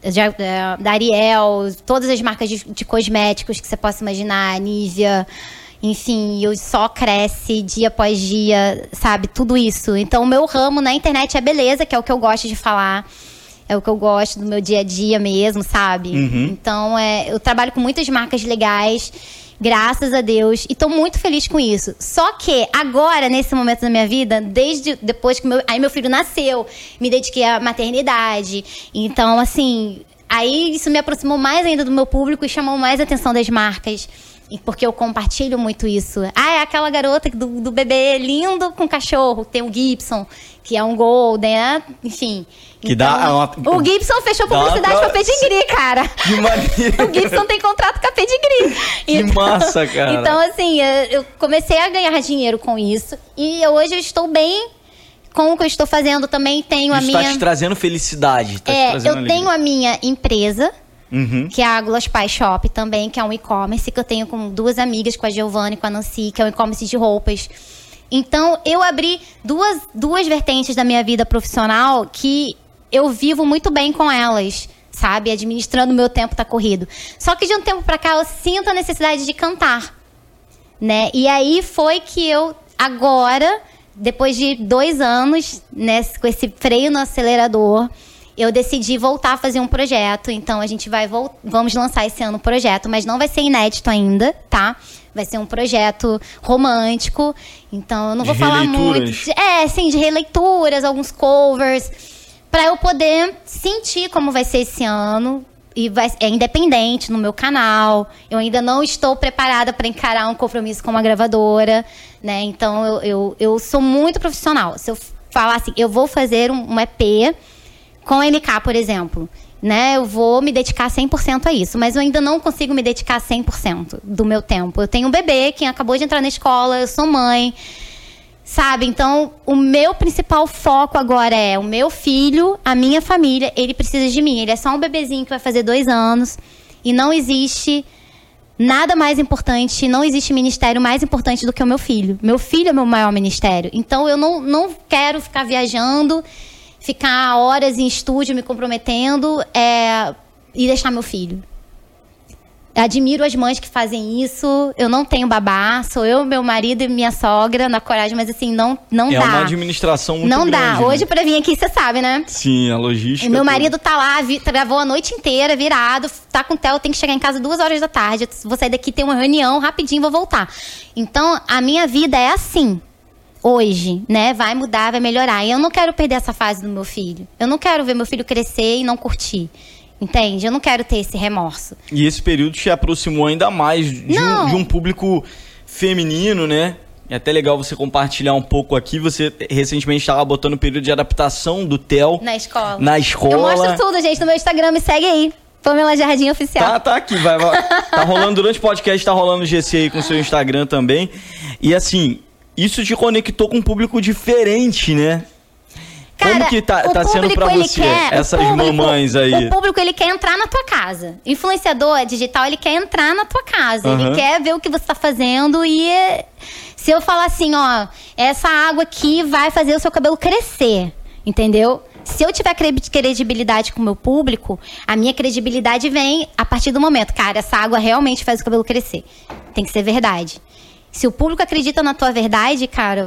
Ariel, todas as marcas de cosméticos que você possa imaginar, Nivea, enfim, eu só cresce dia após dia, sabe, tudo isso. Então o meu ramo na internet é beleza, que é o que eu gosto de falar, é o que eu gosto do meu dia a dia mesmo, sabe? Então eu trabalho com muitas marcas legais, graças a Deus, e tô muito feliz com isso. Só que agora, nesse momento da minha vida, desde depois que meu filho nasceu, me dediquei à maternidade. Então, assim, aí isso me aproximou mais ainda do meu público e chamou mais a atenção das marcas. Porque eu compartilho muito isso. É aquela garota do bebê lindo com cachorro. Tem o Gibson, que é um golden, né? Enfim. Que então, o Gibson fechou publicidade com a Pedigree, cara. Que maneiro. O Gibson tem contrato com a Pedigree. Que massa, cara. Então, assim, eu comecei a ganhar dinheiro com isso. E hoje eu estou bem com o que eu estou fazendo. Também tenho a minha... Isso tá te trazendo felicidade. Eu tenho a minha empresa... que é a Gloss Pie Shop também, que é um e-commerce que eu tenho com 2 amigas, com a Giovanna e com a Nancy, que é um e-commerce de roupas. Então, eu abri duas vertentes da minha vida profissional que eu vivo muito bem com elas, sabe? Administrando o meu tempo tá corrido. Só que de um tempo pra cá, eu sinto a necessidade de cantar. né? E aí foi que eu, agora, depois de 2 anos, né, com esse freio no acelerador, eu decidi voltar a fazer um projeto. Então, a gente vamos lançar esse ano um projeto, mas não vai ser inédito ainda, tá? Vai ser um projeto romântico. Então, eu não vou falar muito. Sim, de releituras, alguns covers, para eu poder sentir como vai ser esse ano. E é independente no meu canal. Eu ainda não estou preparada para encarar um compromisso com uma gravadora, né? Então, eu sou muito profissional. Se eu falar assim, eu vou fazer um EP com MK, por exemplo, né? Eu vou me dedicar 100% a isso, mas eu ainda não consigo me dedicar 100% do meu tempo. Eu tenho um bebê que acabou de entrar na escola, eu sou mãe, sabe? Então, o meu principal foco agora é o meu filho, a minha família. Ele precisa de mim. Ele é só um bebezinho que vai fazer 2 anos e não existe nada mais importante, não existe ministério mais importante do que o meu filho. Meu filho é meu maior ministério. Então, eu não quero ficar viajando, ficar horas em estúdio me comprometendo e deixar meu filho. Admiro as mães que fazem isso. Eu não tenho babá, sou eu, meu marido e minha sogra na coragem, mas assim, não dá. É uma administração muito grande. Não dá. Né? Hoje, pra vir aqui, você sabe, né? Sim, a logística. E meu marido tá lá, gravou a noite inteira, virado, tá com o Theo, tem que chegar em casa 2 horas da tarde. Vou sair daqui, ter uma reunião, rapidinho, vou voltar. Então, a minha vida é assim. Hoje, né? Vai mudar, vai melhorar. E eu não quero perder essa fase do meu filho. Eu não quero ver meu filho crescer e não curtir. Entende? Eu não quero ter esse remorso. E esse período te aproximou ainda mais de um público feminino, né? É até legal você compartilhar um pouco aqui. Você recentemente estava botando o período de adaptação do Theo. Na escola. Na escola. Eu mostro tudo, gente, no meu Instagram. Me segue aí. Pamela Jardim Oficial. Tá aqui. Tá rolando durante o podcast, tá rolando o GC aí com o seu Instagram também. E assim, isso te conectou com um público diferente, né? Cara, como que tá sendo pra você, essas mamães aí? O público, ele quer entrar na tua casa. Influenciador digital, ele quer entrar na tua casa. Uhum. Ele quer ver o que você tá fazendo e... Se eu falar assim, ó, essa água aqui vai fazer o seu cabelo crescer, entendeu? Se eu tiver credibilidade com o meu público, a minha credibilidade vem a partir do momento, cara, essa água realmente faz o cabelo crescer. Tem que ser verdade. Se o público acredita na tua verdade, cara,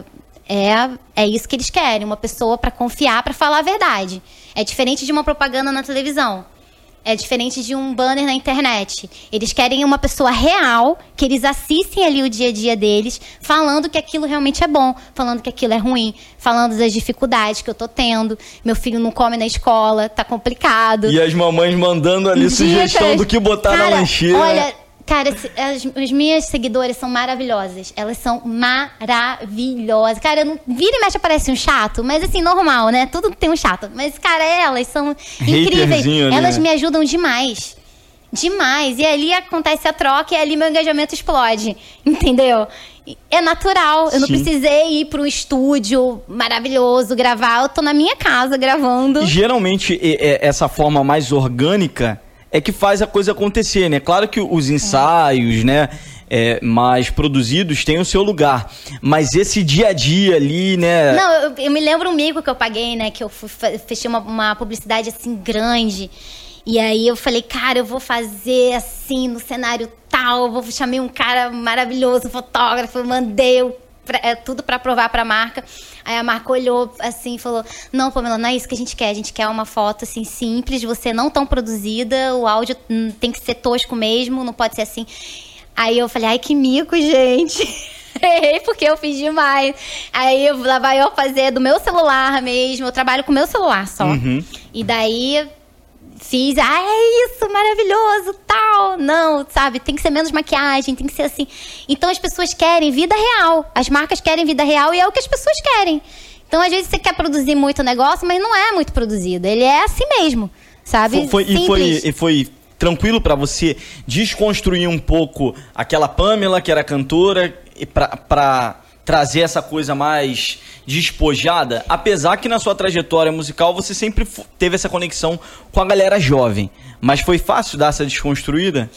é isso que eles querem. Uma pessoa pra confiar, pra falar a verdade. É diferente de uma propaganda na televisão. É diferente de um banner na internet. Eles querem uma pessoa real, que eles assistem ali o dia a dia deles, falando que aquilo realmente é bom, falando que aquilo é ruim, falando das dificuldades que eu tô tendo. Meu filho não come na escola, tá complicado. E as mamães mandando ali sugestão do que botar na lancheira. Olha, cara, as minhas seguidoras são maravilhosas. Elas são maravilhosas. Cara, vira e mexe aparece um chato, mas assim, normal, né? Tudo tem um chato. Mas, cara, elas são incríveis. Elas me ajudam demais. Demais. E ali acontece a troca e ali meu engajamento explode. Entendeu? É natural. Eu não precisei ir para um estúdio maravilhoso gravar. Eu tô na minha casa gravando. E, geralmente, essa forma mais orgânica é que faz a coisa acontecer, né? Claro que os ensaios, né, mais produzidos têm o seu lugar. Mas esse dia a dia ali, né? Não, eu me lembro um mico que eu paguei, né? Que eu fechei uma publicidade assim grande. E aí eu falei, cara, eu vou fazer assim no cenário tal. Chamei um cara maravilhoso, fotógrafo, mandei tudo pra provar pra marca. Aí a marca olhou assim e falou, não, Pamela, não é isso que a gente quer uma foto assim simples, você não tão produzida, o áudio tem que ser tosco mesmo, não pode ser assim. Aí eu falei, ai, que mico, gente. Errei porque eu fiz demais. Aí lá vai eu fazer do meu celular mesmo, eu trabalho com o meu celular só. Uhum. E daí fiz, é isso, maravilhoso, tal. Não, sabe, tem que ser menos maquiagem, tem que ser assim. Então as pessoas querem vida real. As marcas querem vida real e é o que as pessoas querem. Então às vezes você quer produzir muito negócio, mas não é muito produzido. Ele é assim mesmo, sabe? Foi tranquilo pra você desconstruir um pouco aquela Pamela que era cantora pra trazer essa coisa mais despojada, apesar que na sua trajetória musical você sempre teve essa conexão com a galera jovem. Mas foi fácil dar essa desconstruída?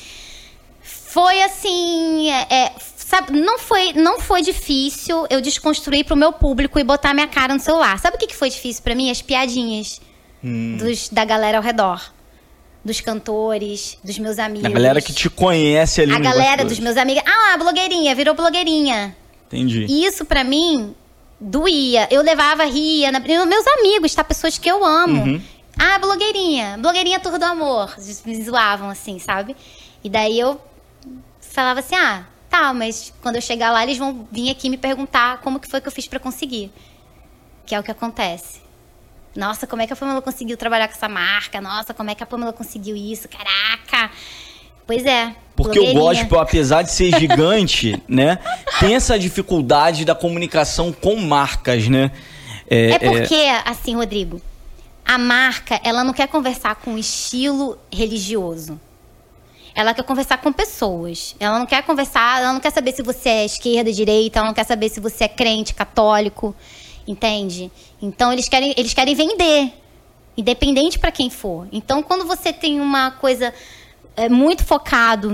Foi assim, sabe, não foi difícil eu desconstruir pro meu público e botar minha cara no celular. Sabe o que foi difícil pra mim? As piadinhas da galera ao redor. dos cantores, dos meus amigos. A galera que te conhece ali. A galera dos meus amigos. Ah lá, blogueirinha, virou blogueirinha. Entendi. Isso pra mim doía. Eu levava, ria. Meus amigos, tá? Pessoas que eu amo. Uhum. Ah, blogueirinha Tour do Amor. Me zoavam assim, sabe? E daí eu falava assim, tá, mas quando eu chegar lá, eles vão vir aqui me perguntar como que foi que eu fiz pra conseguir. Que é o que acontece. Nossa, como é que a Pamela conseguiu trabalhar com essa marca? Nossa, como é que a Pamela conseguiu isso? Caraca! Pois é. Porque o gospel, apesar de ser gigante, né, tem essa dificuldade da comunicação com marcas, né? Porque, assim, Rodrigo, a marca, ela não quer conversar com estilo religioso. Ela quer conversar com pessoas. Ela não quer conversar, ela não quer saber se você é esquerda, direita, ela não quer saber se você é crente, católico, entende? Então, eles querem vender, independente para quem for. Então, quando você tem uma coisa muito focado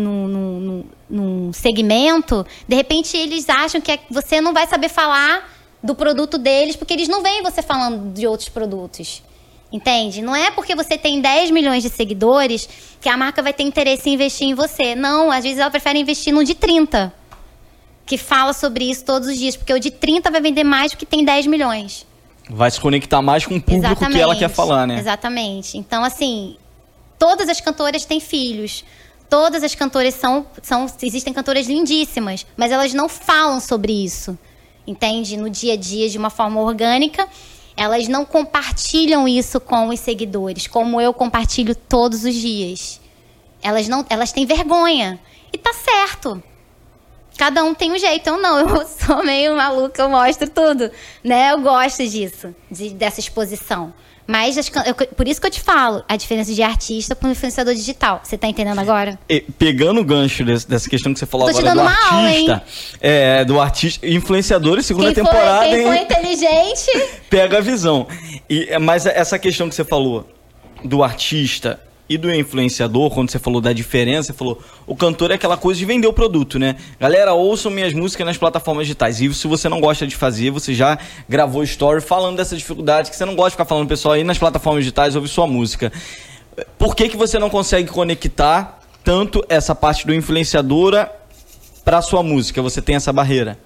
num segmento, de repente eles acham que você não vai saber falar do produto deles, porque eles não veem você falando de outros produtos. Entende? Não é porque você tem 10 milhões de seguidores que a marca vai ter interesse em investir em você. Não, às vezes ela prefere investir no de 30, que fala sobre isso todos os dias, porque o de 30 vai vender mais do que tem 10 milhões. Vai se conectar mais com o público. Exatamente. Que ela quer falar, né? Exatamente. Então, assim, todas as cantoras têm filhos. Todas as cantoras existem cantoras lindíssimas, mas elas não falam sobre isso. Entende? No dia a dia, de uma forma orgânica. Elas não compartilham isso com os seguidores, como eu compartilho todos os dias. Elas têm vergonha. E tá certo. Cada um tem um jeito. Eu não, eu sou meio maluca, eu mostro tudo. Né? Eu gosto disso, dessa exposição. Mas, por isso que eu te falo, a diferença de artista para um influenciador digital. Você tá entendendo agora? Pegando o gancho dessa questão que você falou agora do artista. Aula, do artista, influenciadores, segunda temporada. Quem foi inteligente... Pega a visão. Mas essa questão que você falou do artista e do influenciador, quando você falou da diferença, você falou, o cantor é aquela coisa de vender o produto, né? Galera, ouçam minhas músicas nas plataformas digitais. E se você não gosta de fazer, você já gravou story falando dessa dificuldade, que você não gosta de ficar falando pessoal aí nas plataformas digitais, ouve sua música. Por que você não consegue conectar tanto essa parte do influenciadora para sua música? Você tem essa barreira?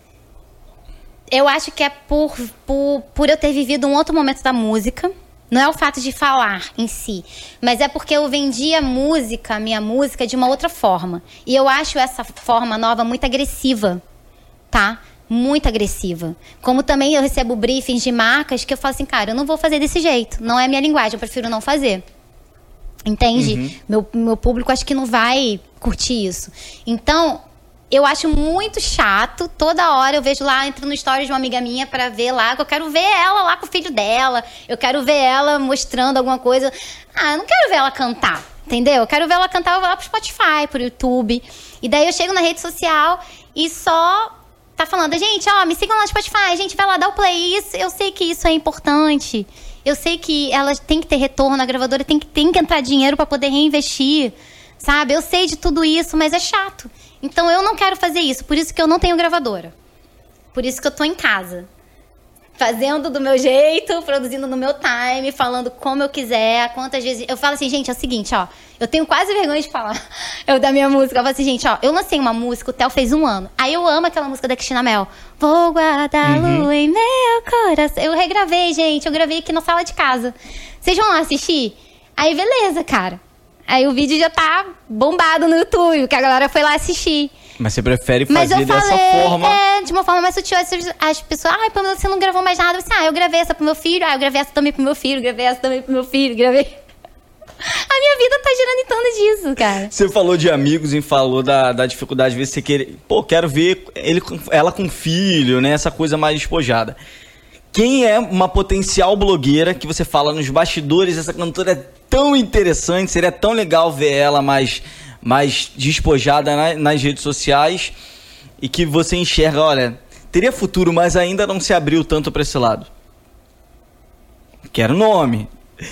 Eu acho que é por eu ter vivido um outro momento da música. Não é o fato de falar em si, mas é porque eu vendi a minha música, de uma outra forma. E eu acho essa forma nova muito agressiva, tá? Muito agressiva. Como também eu recebo briefings de marcas que eu falo assim, cara, eu não vou fazer desse jeito. Não é a minha linguagem, eu prefiro não fazer. Entende? Uhum. Meu público acho que não vai curtir isso. Então... eu acho muito chato, toda hora eu vejo lá, entro no stories de uma amiga minha pra ver lá, que eu quero ver ela lá com o filho dela, eu quero ver ela mostrando alguma coisa. Eu não quero ver ela cantar, entendeu? Eu quero ver ela cantar, eu vou lá pro Spotify, pro YouTube. E daí eu chego na rede social e só tá falando, gente, me sigam lá no Spotify, gente, vai lá, dá o play. Isso, eu sei que isso é importante, eu sei que ela tem que ter retorno, a gravadora tem que entrar dinheiro pra poder reinvestir, sabe? Eu sei de tudo isso, mas é chato. Então, eu não quero fazer isso. Por isso que eu não tenho gravadora. Por isso que eu tô em casa. Fazendo do meu jeito, produzindo no meu time, falando como eu quiser, quantas vezes... Eu falo assim, gente, é o seguinte, eu tenho quase vergonha de falar da minha música. Eu falo assim, gente, eu lancei uma música, o Theo fez 1 ano. Aí eu amo aquela música da Cristina Mel. Vou guardar a lua em meu coração. Eu regravei, gente. Eu gravei aqui na sala de casa. Vocês vão lá assistir? Aí, beleza, cara. Aí o vídeo já tá bombado no YouTube, porque a galera foi lá assistir. Mas você prefere fazer dessa forma? De uma forma mais sutil. As pessoas, Pamela, você não gravou mais nada. Eu gravei essa pro meu filho, eu gravei essa também pro meu filho, gravei essa também pro meu filho, gravei... A minha vida tá girando em torno disso, cara. Você falou de amigos e falou da dificuldade de ver se você quer... quero ver ela com filho, né? Essa coisa mais despojada. Quem é uma potencial blogueira que você fala nos bastidores, essa cantora é tão interessante, seria tão legal ver ela mais despojada nas redes sociais e que você enxerga, olha, teria futuro, mas ainda não se abriu tanto para esse lado? Quero nome.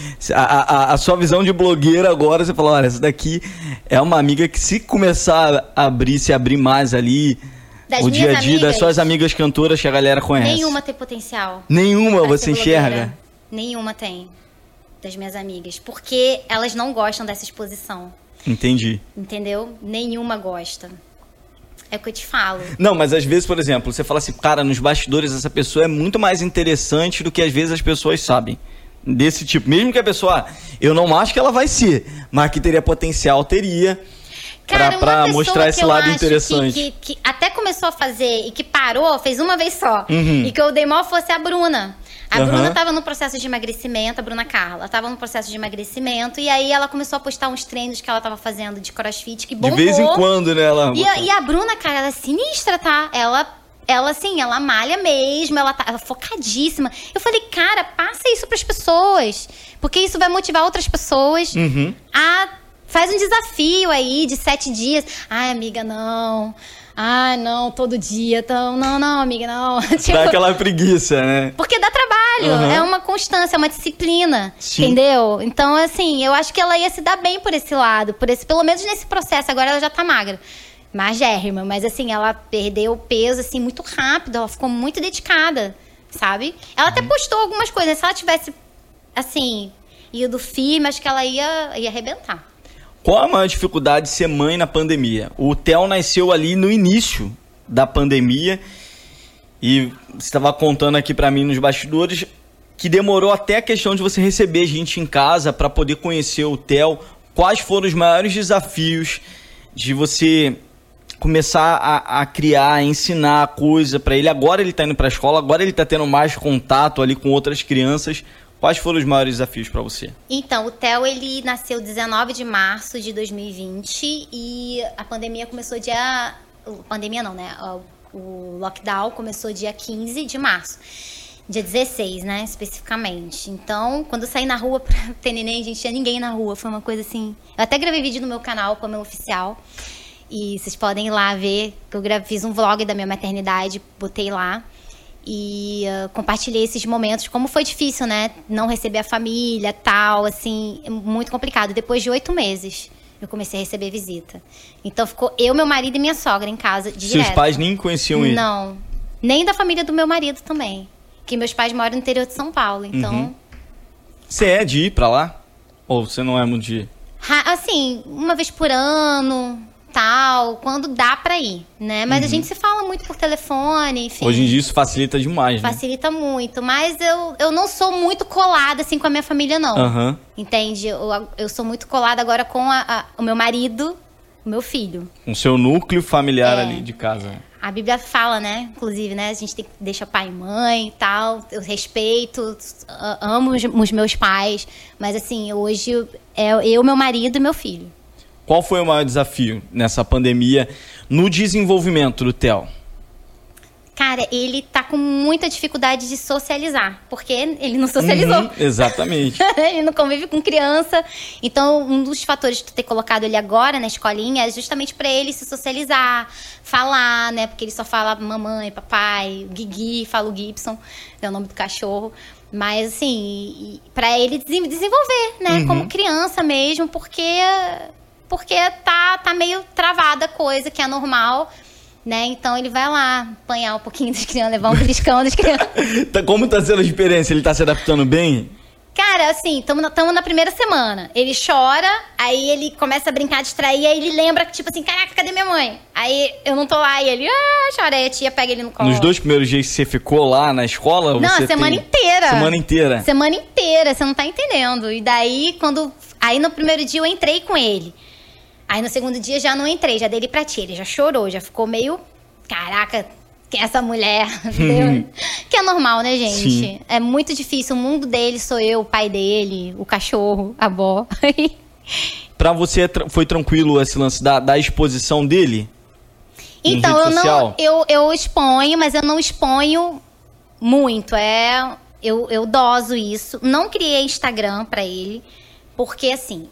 A sua visão de blogueira agora, você falou, olha, essa daqui é uma amiga que se começar a se abrir mais ali... o dia a dia das suas amigas cantoras que a galera conhece. Nenhuma tem potencial. Nenhuma você enxerga? Nenhuma tem. das minhas amigas, porque elas não gostam dessa exposição. Entendi. Entendeu? Nenhuma gosta. É o que eu te falo. Não, mas às vezes, por exemplo, você fala assim, cara, nos bastidores essa pessoa é muito mais interessante do que às vezes as pessoas sabem. Desse tipo. Mesmo que a pessoa, eu não acho que ela vai ser, mas que teria potencial, teria. Cara, pra uma mostrar esse pessoa que lado eu acho interessante. que até começou a fazer e que parou, fez uma vez só. Uhum. E que eu dei mal fosse a Bruna. A Uhum. Bruna tava no processo de emagrecimento, a Bruna Carla tava no processo de emagrecimento, e aí ela começou a postar uns treinos que ela tava fazendo de crossfit, que bombou. De vez em quando, né? Ela... E a Bruna, cara, ela é sinistra, tá? Ela assim, ela malha mesmo, ela tá focadíssima. Eu falei, cara, passa isso pras pessoas, porque isso vai motivar outras pessoas Uhum. a... Faz um desafio aí de 7 dias. Ai, amiga, não. Ai, não, todo dia. Então, não, amiga, não. Tipo, Dá aquela preguiça, né? porque dá trabalho. Uhum. É uma constância, é uma disciplina. Sim. Entendeu? Então, assim, eu acho que ela ia se dar bem por esse lado. Pelo menos nesse processo. Agora ela já tá magra. Magérrima. Mas, assim, ela perdeu peso, assim, muito rápido. Ela ficou muito dedicada, sabe? Ela até postou algumas coisas. Se ela tivesse, assim, ido firme, acho que ela ia arrebentar. Qual a maior dificuldade de ser mãe na pandemia? O Theo nasceu ali no início da pandemia e você estava contando aqui para mim nos bastidores que demorou até a questão de você receber gente em casa para poder conhecer o Theo. Quais foram os maiores desafios de você começar a criar, a ensinar coisa para ele? Agora ele está indo para a escola, agora ele está tendo mais contato ali com outras crianças. Quais foram os maiores desafios para você? Então, o Theo, ele nasceu 19 de março de 2020 e a pandemia começou dia... Pandemia não, né? O lockdown começou dia 15 de março. Dia 16, né? Especificamente. Então, quando eu saí na rua pra ter neném, gente, tinha ninguém na rua. Foi uma coisa assim... Eu até gravei vídeo no meu canal, Pamela Oficial. E vocês podem ir lá ver que eu fiz um vlog da minha maternidade, botei lá. E compartilhei esses momentos, como foi difícil, né? Não receber a família, tal, assim, muito complicado. Depois de 8 meses, eu comecei a receber visita. Então ficou eu, meu marido e minha sogra em casa, direto. Seus pais nem conheciam ele? Não, nem da família do meu marido também. Que meus pais moram no interior de São Paulo, então... Uhum. Você é de ir pra lá? Ou você não é muito de ir? Assim, uma vez por ano... tal, quando dá pra ir, né? Mas a gente se fala muito por telefone, enfim. Hoje em dia isso facilita demais, né? Facilita muito, mas eu não sou muito colada, assim, com a minha família, não. Aham. Entende? Eu sou muito colada agora com o meu marido, o meu filho. Com o seu núcleo familiar ali de casa. A Bíblia fala, né? Inclusive, né? A gente tem que deixar pai e mãe e tal. Eu respeito, amo os meus pais. Mas, assim, hoje é eu, meu marido e meu filho. Qual foi o maior desafio nessa pandemia no desenvolvimento do Theo? Cara, ele tá com muita dificuldade de socializar, porque ele não socializou. Uhum, exatamente. Ele não convive com criança. Então, um dos fatores de tu ter colocado ele agora na escolinha é justamente pra ele se socializar, falar, né? Porque ele só fala mamãe, papai, o Guigui, fala o Gibson, é o nome do cachorro. Mas, assim, pra ele desenvolver, né? Como criança mesmo, porque tá meio travada a coisa, que é normal, né? Então ele vai lá apanhar um pouquinho das crianças, levar um beliscão das crianças. Como tá sendo a experiência? Ele tá se adaptando bem? Cara, assim, tamo na primeira semana. Ele chora, aí ele começa a brincar, distrair, aí ele lembra que, tipo assim, caraca, cadê minha mãe? Aí eu não tô lá, e ele, chora, aí a tia pega ele no colo. Nos 2 primeiros dias que você ficou lá na escola? Não, você semana inteira. Semana inteira? Semana inteira, você não tá entendendo. E daí, aí no primeiro dia eu entrei com ele. Aí no segundo dia já não entrei, já dei ele pra tia. Ele já chorou, já ficou meio... Caraca, quem é essa mulher? Que é normal, né, gente? Sim. É muito difícil. O mundo dele sou eu, o pai dele, o cachorro, a avó. Pra você foi tranquilo esse lance da exposição dele? Então, rede social? eu exponho, mas eu não exponho muito. Eu doso isso. Não criei Instagram pra ele, porque assim...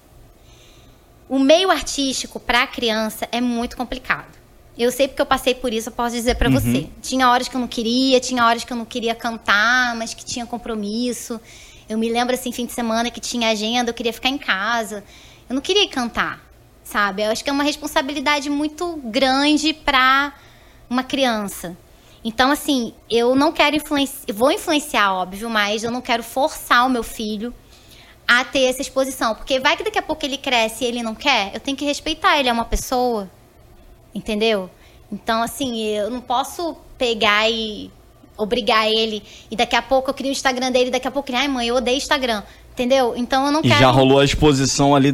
O meio artístico para a criança é muito complicado. Eu sei porque eu passei por isso, eu posso dizer para você. Tinha horas que eu não queria, tinha horas que eu não queria cantar, mas que tinha compromisso. Eu me lembro, assim, fim de semana que tinha agenda, eu queria ficar em casa. Eu não queria cantar, sabe? Eu acho que é uma responsabilidade muito grande para uma criança. Então, assim, eu não quero vou influenciar, óbvio, mas eu não quero forçar o meu filho a ter essa exposição. Porque vai que daqui a pouco ele cresce e ele não quer, eu tenho que respeitar, ele é uma pessoa, entendeu? Então, assim, eu não posso pegar e obrigar ele, e daqui a pouco eu crio o Instagram dele, e daqui a pouco ele, ai mãe, eu odeio Instagram, entendeu? Então eu não quero... E já rolou a exposição ali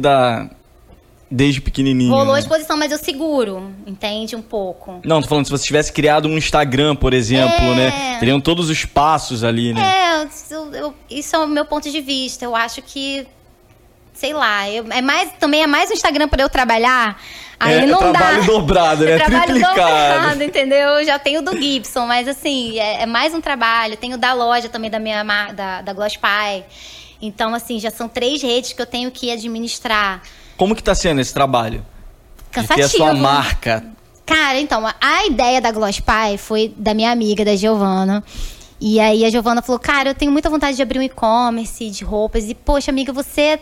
desde pequenininho, Rolou né? a exposição, mas eu seguro, entende? Um pouco. Não, tô falando, se você tivesse criado um Instagram, por exemplo, né? Teriam todos os passos ali, né? Isso é o meu ponto de vista. Eu acho que, sei lá, também é mais um Instagram para eu trabalhar. Aí não dá. Trabalho dobrado, né? Trabalho Triplicado. dobrado, entendeu? Eu já tenho do Gibson, mas assim, é mais um trabalho. Tenho da loja também, da Gloss Pie. Então, assim, já são 3 redes que eu tenho que administrar. Como que tá sendo esse trabalho? Cansativo. De ter a sua marca. Cara, então, a ideia da Gloss Pie foi da minha amiga, da Giovana. E aí a Giovana falou, cara, eu tenho muita vontade de abrir um e-commerce de roupas. E, poxa, amiga, você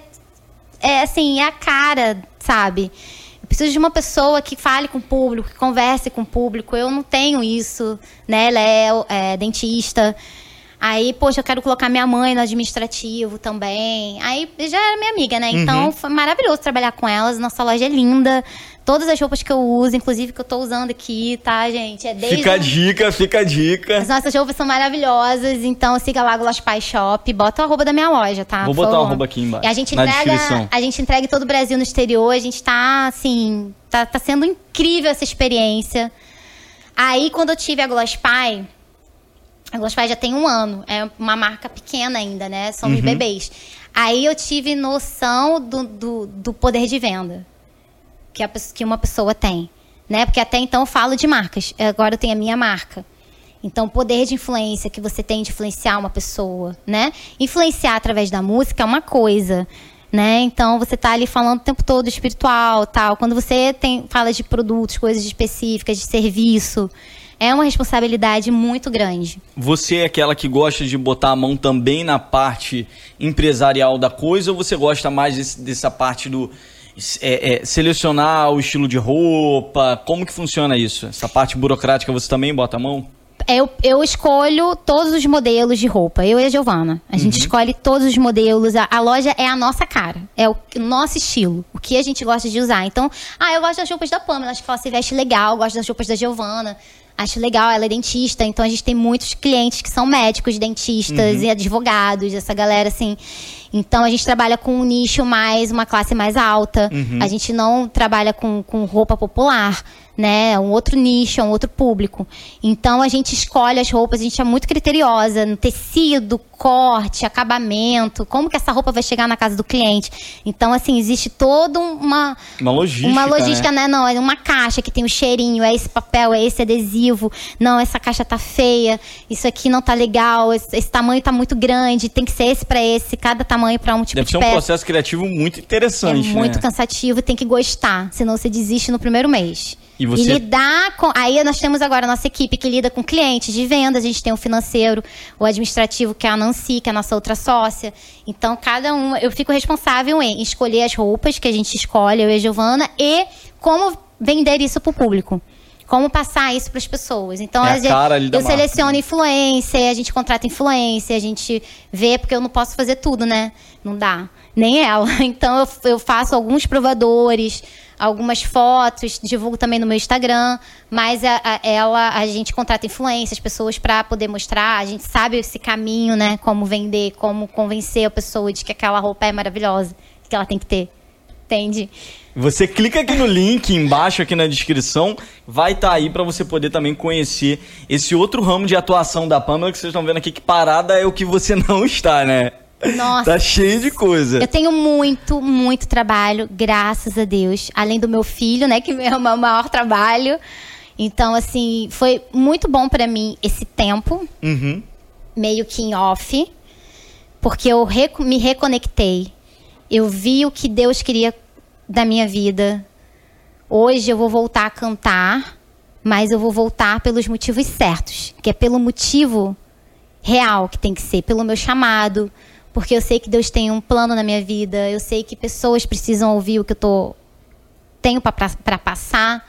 é a cara, sabe? Eu preciso de uma pessoa que fale com o público, que converse com o público. Eu não tenho isso, né? Ela é dentista. Aí, poxa, eu quero colocar minha mãe no administrativo também. Aí, já era minha amiga, né? Então, foi maravilhoso trabalhar com elas. Nossa loja é linda. Todas as roupas que eu uso, inclusive que eu tô usando aqui, tá, gente? Fica a dica. As nossas roupas são maravilhosas. Então, siga lá, Gloss Pie Shop. Bota o arroba da minha loja, tá? Vou botar o arroba aqui embaixo, E a gente na descrição. A gente entrega em todo o Brasil, no exterior. A gente tá, assim... Tá sendo incrível essa experiência. Aí, quando eu tive a Gloss Pie... A Gloss Pie já tem 1 ano. É uma marca pequena ainda, né? Somos bebês. Aí eu tive noção do poder de venda que uma pessoa tem, né? Porque até então eu falo de marcas. Agora eu tenho a minha marca. Então, o poder de influência que você tem de influenciar uma pessoa, né? Influenciar através da música é uma coisa, né? Então, você tá ali falando o tempo todo espiritual, tal. Quando você fala de produtos, coisas específicas, de serviço... É uma responsabilidade muito grande. Você é aquela que gosta de botar a mão também na parte empresarial da coisa, ou você gosta mais dessa parte do selecionar o estilo de roupa? Como que funciona isso? Essa parte burocrática você também bota a mão? Eu escolho todos os modelos de roupa. Eu e a Giovana. A gente escolhe todos os modelos. A loja é a nossa cara. É o nosso estilo. O que a gente gosta de usar. Então, eu gosto das roupas da Pamela. Acho que ela se veste legal. Gosto das roupas da Giovana. Acho legal, ela é dentista, então a gente tem muitos clientes que são médicos, dentistas e advogados, essa galera assim. Então a gente trabalha com um nicho uma classe mais alta. A gente não trabalha com roupa popular, né? É um outro nicho, é um outro público. Então a gente escolhe as roupas, a gente é muito criteriosa no tecido, corte, acabamento, como que essa roupa vai chegar na casa do cliente. Então, assim, existe toda uma logística. Uma logística, né? Não, é uma caixa que tem o cheirinho, é esse papel, é esse adesivo. Não, essa caixa tá feia, isso aqui não tá legal, esse tamanho tá muito grande, tem que ser esse pra esse, cada tamanho pra um tipo Deve de ser peça. Um processo criativo muito interessante, né? Muito cansativo, tem que gostar, senão você desiste no primeiro mês. E lidar com... Aí nós temos agora a nossa equipe que lida com clientes de vendas, a gente tem o financeiro, o administrativo, que é a Nancy, que é a nossa outra sócia. Então, cada um... Eu fico responsável em escolher as roupas que a gente escolhe, eu e a Giovana, e como vender isso pro público. Como passar isso para as pessoas. Então, eu seleciono influência, a gente contrata influência, a gente vê, porque eu não posso fazer tudo, né? Não dá. Nem ela. Então, eu faço alguns algumas fotos, divulgo também no meu Instagram, mas a gente contrata influência, as pessoas para poder mostrar, a gente sabe esse caminho, né? Como vender, como convencer a pessoa de que aquela roupa é maravilhosa, que ela tem que ter. Entende? Você clica aqui no link embaixo, aqui na descrição, vai estar aí para você poder também conhecer esse outro ramo de atuação da Pamela, que vocês estão vendo aqui que parada é o que você não está, né? Nossa. Tá cheio de coisa. Eu tenho muito, muito trabalho, graças a Deus. Além do meu filho, né, que é o meu maior trabalho. Então, assim, foi muito bom pra mim esse tempo, meio que em off, porque eu me reconectei. Eu vi o que Deus queria da minha vida. Hoje eu vou voltar a cantar, mas eu vou voltar pelos motivos certos, que é pelo motivo real que tem que ser, pelo meu chamado, porque eu sei que Deus tem um plano na minha vida, eu sei que pessoas precisam ouvir o que eu tenho para passar,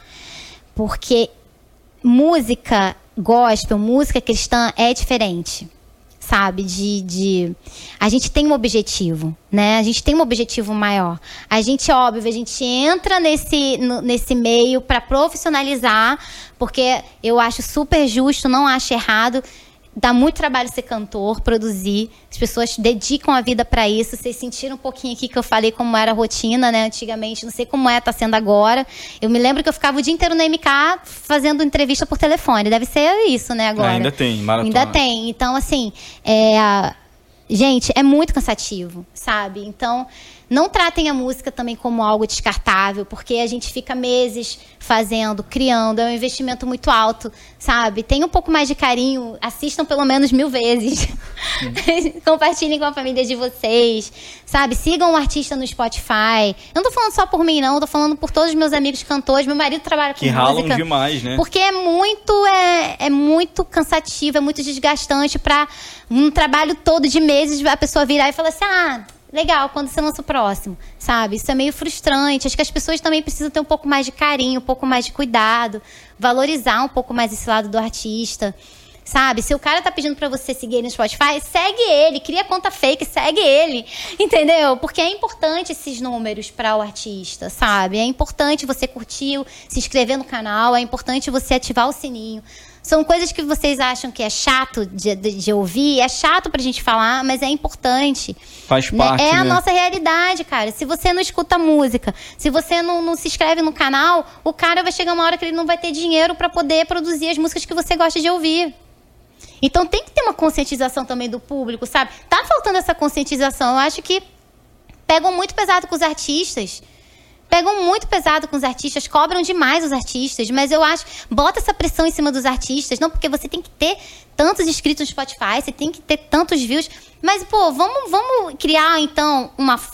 porque música gospel, música cristã é diferente, sabe? A gente tem um objetivo, né? A gente tem um objetivo maior. A gente entra nesse meio para profissionalizar, porque eu acho super justo, não acho errado. Dá muito trabalho ser cantor, produzir. As pessoas dedicam a vida para isso. Vocês sentiram um pouquinho aqui que eu falei como era a rotina, né? Antigamente, não sei como tá sendo agora. Eu me lembro que eu ficava o dia inteiro na MK fazendo entrevista por telefone. Deve ser isso, né, agora? Ainda tem, maratona. Ainda tem. Então, assim, gente, é muito cansativo, sabe? Então, não tratem a música também como algo descartável, porque a gente fica meses fazendo, criando, é um investimento muito alto, sabe? Tenham um pouco mais de carinho, assistam pelo menos 1000 vezes. Compartilhem com a família de vocês, sabe? Sigam o artista no Spotify. Eu não tô falando só por mim, não, eu tô falando por todos os meus amigos cantores. Meu marido trabalha com música. Que ralam demais, né? Porque é muito cansativo, é muito desgastante para um trabalho todo de meses a pessoa virar e falar assim, legal, quando você lança o próximo, sabe? Isso é meio frustrante. Acho que as pessoas também precisam ter um pouco mais de carinho, um pouco mais de cuidado, valorizar um pouco mais esse lado do artista, sabe? Se o cara tá pedindo pra você seguir ele no Spotify, segue ele, cria conta fake, segue ele, entendeu? Porque é importante esses números para o artista, sabe? É importante você curtir, se inscrever no canal, é importante você ativar o sininho. São coisas que vocês acham que é chato de ouvir, é chato pra gente falar, mas é importante. Faz parte, a nossa realidade, cara. Se você não escuta música, se você não se inscreve no canal, o cara vai chegar uma hora que ele não vai ter dinheiro pra poder produzir as músicas que você gosta de ouvir. Então tem que ter uma conscientização também do público, sabe? Tá faltando essa conscientização. Eu acho que pegam muito pesado com os artistas. Cobram demais os artistas, mas eu acho, bota essa pressão em cima dos artistas, não, porque você tem que ter tantos inscritos no Spotify, você tem que ter tantos views, mas, pô, vamos criar, então,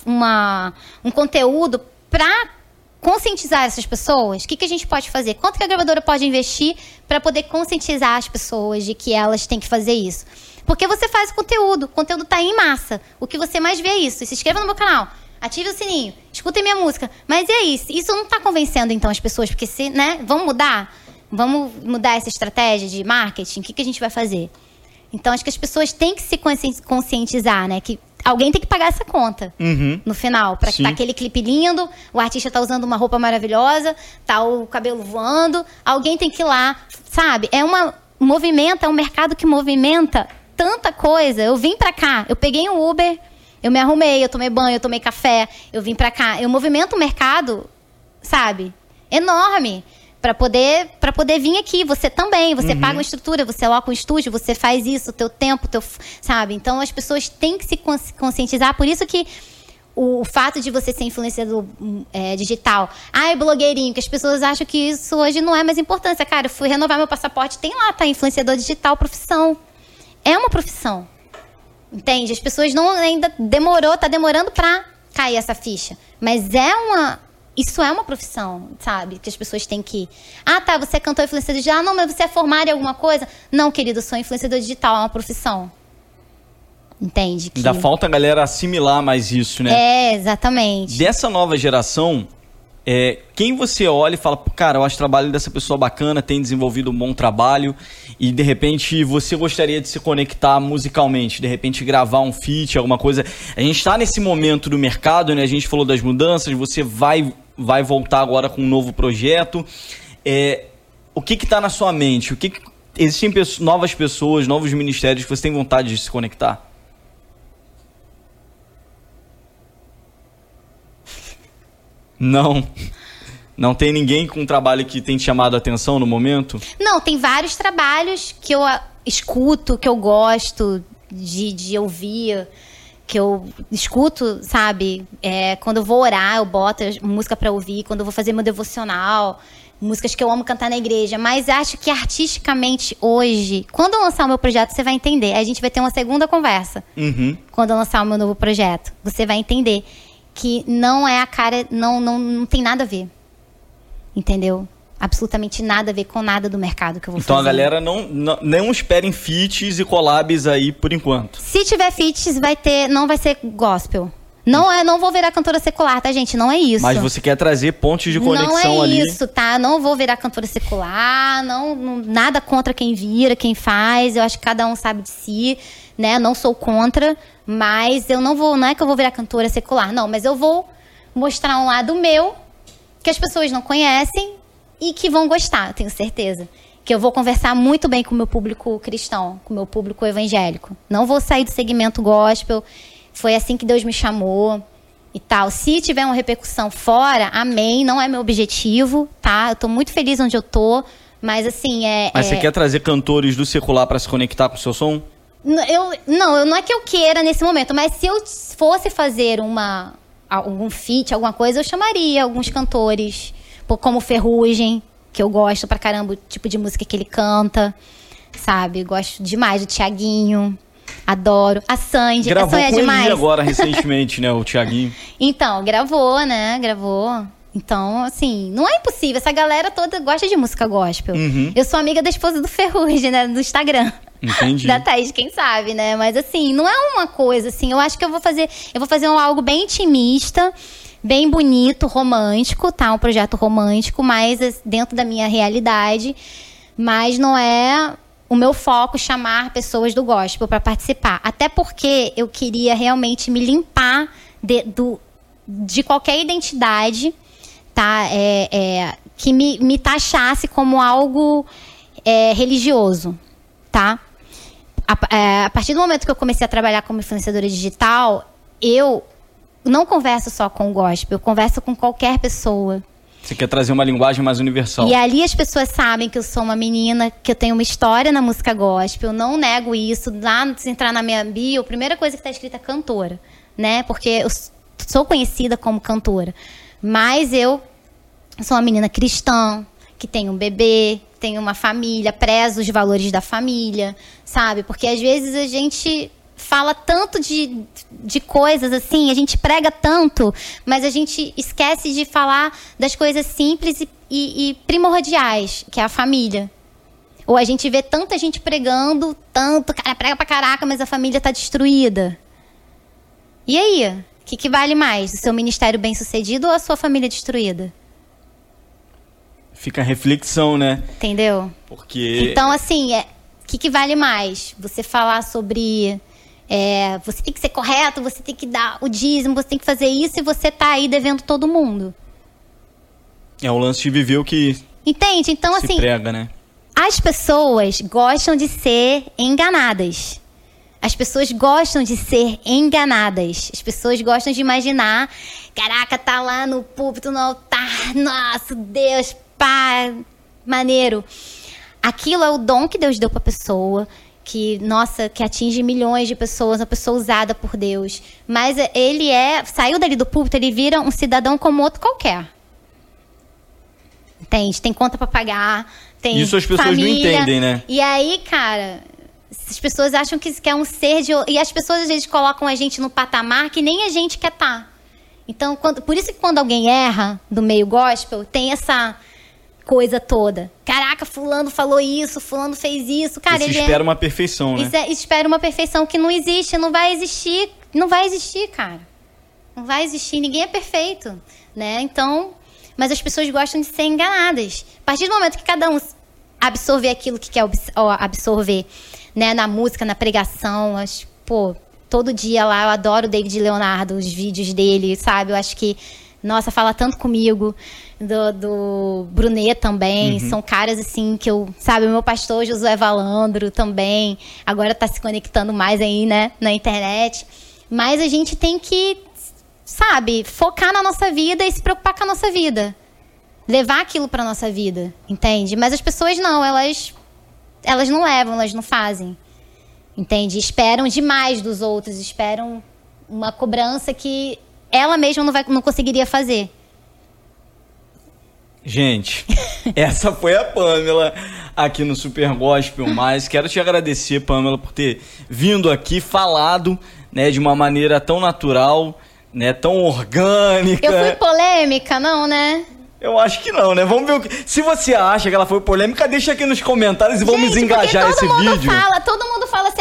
um conteúdo pra conscientizar essas pessoas. O que a gente pode fazer? Quanto que a gravadora pode investir para poder conscientizar as pessoas de que elas têm que fazer isso? Porque você faz o conteúdo tá aí em massa. O que você mais vê é isso. Se inscreva no meu canal. Ative o sininho, escutem minha música. Mas e aí? Isso não tá convencendo, então, as pessoas? Porque vamos mudar? Vamos mudar essa estratégia de marketing? O que a gente vai fazer? Então, acho que as pessoas têm que se conscientizar, né? Que alguém tem que pagar essa conta no final. Pra que tá aquele clipe lindo, o artista tá usando uma roupa maravilhosa, tá o cabelo voando. Alguém tem que ir lá, sabe? É um mercado que movimenta tanta coisa. Eu vim pra cá, eu peguei um Uber... Eu me arrumei, eu tomei banho, eu tomei café, eu vim pra cá. Eu movimento um mercado, sabe, enorme pra poder vir aqui. Você também, você paga uma estrutura, você aloca um estúdio, você faz isso, o teu tempo, sabe? Então as pessoas têm que se conscientizar. Por isso que o fato de você ser influenciador digital, blogueirinho, que as pessoas acham que isso hoje não é mais importância. Cara, eu fui renovar meu passaporte, tem lá, tá, influenciador digital, profissão. É uma profissão. Entende? As pessoas tá demorando pra cair essa ficha. Mas isso é uma profissão, sabe? Que as pessoas têm que... você é cantor influenciador digital? Não, mas você é formado em alguma coisa? Não, querido, eu sou influenciador digital, é uma profissão. Entende? Ainda falta a galera assimilar mais isso, né? Exatamente. Dessa nova geração... quem você olha e fala, cara, eu acho o trabalho dessa pessoa bacana, tem desenvolvido um bom trabalho e de repente você gostaria de se conectar musicalmente, de repente gravar um feat, alguma coisa. A gente está nesse momento do mercado, né? A gente falou das mudanças, você vai voltar agora com um novo projeto. O que está na sua mente? Existem novas pessoas, novos ministérios que você tem vontade de se conectar? Não tem ninguém com um trabalho que tem te chamado a atenção no momento? Não, tem vários trabalhos que eu escuto, que eu gosto de ouvir, que eu escuto, sabe? Quando eu vou orar, eu boto música pra ouvir. Quando eu vou fazer meu devocional, músicas que eu amo cantar na igreja. Mas acho que artisticamente hoje, quando eu lançar o meu projeto, você vai entender. Aí a gente vai ter uma segunda conversa. Quando eu lançar o meu novo projeto, você vai entender que não é a cara, não tem nada a ver. Entendeu? Absolutamente nada a ver com nada do mercado que eu vou fazer. Então a galera não esperem feats e collabs aí por enquanto. Se tiver feats, não vai ser gospel. Não vou virar cantora secular, tá, gente? Não é isso. Mas você quer trazer pontos de conexão ali. Não é isso, tá? Não vou virar cantora secular, nada contra quem vira, quem faz. Eu acho que cada um sabe de si, né? Não sou contra, mas eu não é que eu vou virar cantora secular, não. Mas eu vou mostrar um lado meu que as pessoas não conhecem e que vão gostar, eu tenho certeza. Que eu vou conversar muito bem com o meu público cristão, com o meu público evangélico. Não vou sair do segmento gospel. Foi assim que Deus me chamou e tal. Se tiver uma repercussão fora, amém. Não é meu objetivo, tá? Eu tô muito feliz onde eu tô, mas assim, Mas você quer trazer cantores do secular para se conectar com o seu som? Não é que eu queira nesse momento, mas se eu fosse fazer algum feat, alguma coisa, eu chamaria alguns cantores, como Ferrugem, que eu gosto pra caramba, o tipo de música que ele canta, sabe? Gosto demais do Thiaguinho. Adoro. A Sandy. Gravou a Sandy com demais. ele agora, recentemente, né? O Thiaguinho. Então, gravou, né? Então, assim, não é impossível. Essa galera toda gosta de música gospel. Uhum. Eu sou amiga da esposa do Ferrugem, né? Do Instagram. Entendi. Da Thaís, quem sabe, né? Mas, assim, não é uma coisa, assim. Eu acho que eu vou fazer algo bem intimista, bem bonito, romântico, tá? Um projeto romântico, mas dentro da minha realidade. Mas não é o meu foco chamar pessoas do gospel para participar. Até porque eu queria realmente me limpar de qualquer identidade, tá? Que me taxasse como algo religioso, tá? A partir do momento que eu comecei a trabalhar como influenciadora digital, eu não converso só com o gospel, eu converso com qualquer pessoa. Você quer trazer uma linguagem mais universal. E ali as pessoas sabem que eu sou uma menina, que eu tenho uma história na música gospel, eu não nego isso. Lá, se entrar na minha bio, a primeira coisa que está escrita é cantora, né? Porque eu sou conhecida como cantora. Mas eu sou uma menina cristã, que tem um bebê, tem uma família, prezo os valores da família, sabe? Porque às vezes a gente fala tanto de coisas assim, a gente prega tanto, mas a gente esquece de falar das coisas simples e primordiais, que é a família. Ou a gente vê tanta gente pregando, cara, prega pra caraca, mas a família tá destruída. E aí? O que vale mais? O seu ministério bem-sucedido ou a sua família destruída? Fica a reflexão, né? Entendeu? Porque... Então, assim, o que vale mais? Você falar sobre... você tem que ser correto, você tem que dar o dízimo, você tem que fazer isso e você tá aí devendo todo mundo. É o lance de viver o que... Entende? Então, assim... se prega, né? As pessoas gostam de ser enganadas. As pessoas gostam de ser enganadas. As pessoas gostam de imaginar... Caraca, tá lá no púlpito, no altar. Nossa, Deus, pá, maneiro. Aquilo é o dom que Deus deu pra pessoa... que atinge milhões de pessoas, uma pessoa usada por Deus. Mas ele saiu dali do púlpito, ele vira um cidadão como outro qualquer. Entende? Tem conta pra pagar, tem isso as pessoas família, não entendem, né? E aí, cara, as pessoas acham que é um ser de... E as pessoas, às vezes, colocam a gente no patamar que nem a gente quer estar. Então, por isso que quando alguém erra do meio gospel, tem essa... coisa toda. Caraca, fulano falou isso, fulano fez isso. Cara, ele espera uma perfeição, né? Espera uma perfeição que não existe, não vai existir. Não vai existir, cara. Não vai existir, ninguém é perfeito, né? Então, mas as pessoas gostam de ser enganadas. A partir do momento que cada um absorver aquilo que quer absorver, né? Na música, na pregação, todo dia lá, eu adoro o David Leonardo, os vídeos dele, sabe? Eu acho que, nossa, fala tanto comigo. Do Brunet também, são caras assim que o meu pastor Josué Valandro também, agora tá se conectando mais aí, né, na internet, mas a gente tem que, focar na nossa vida e se preocupar com a nossa vida, levar aquilo pra nossa vida, entende? Mas as pessoas não, elas não levam, elas não fazem, entende? Esperam demais dos outros, esperam uma cobrança que ela mesma não conseguiria fazer. Gente, essa foi a Pamela aqui no Super Gospel Mais. Quero te agradecer, Pamela, por ter vindo aqui, falado, né, de uma maneira tão natural, né, tão orgânica. Eu fui polêmica, não, né? Eu acho que não, né? Vamos ver o que... Se você acha que ela foi polêmica, deixa aqui nos comentários e vamos engajar esse vídeo. Todo mundo fala assim,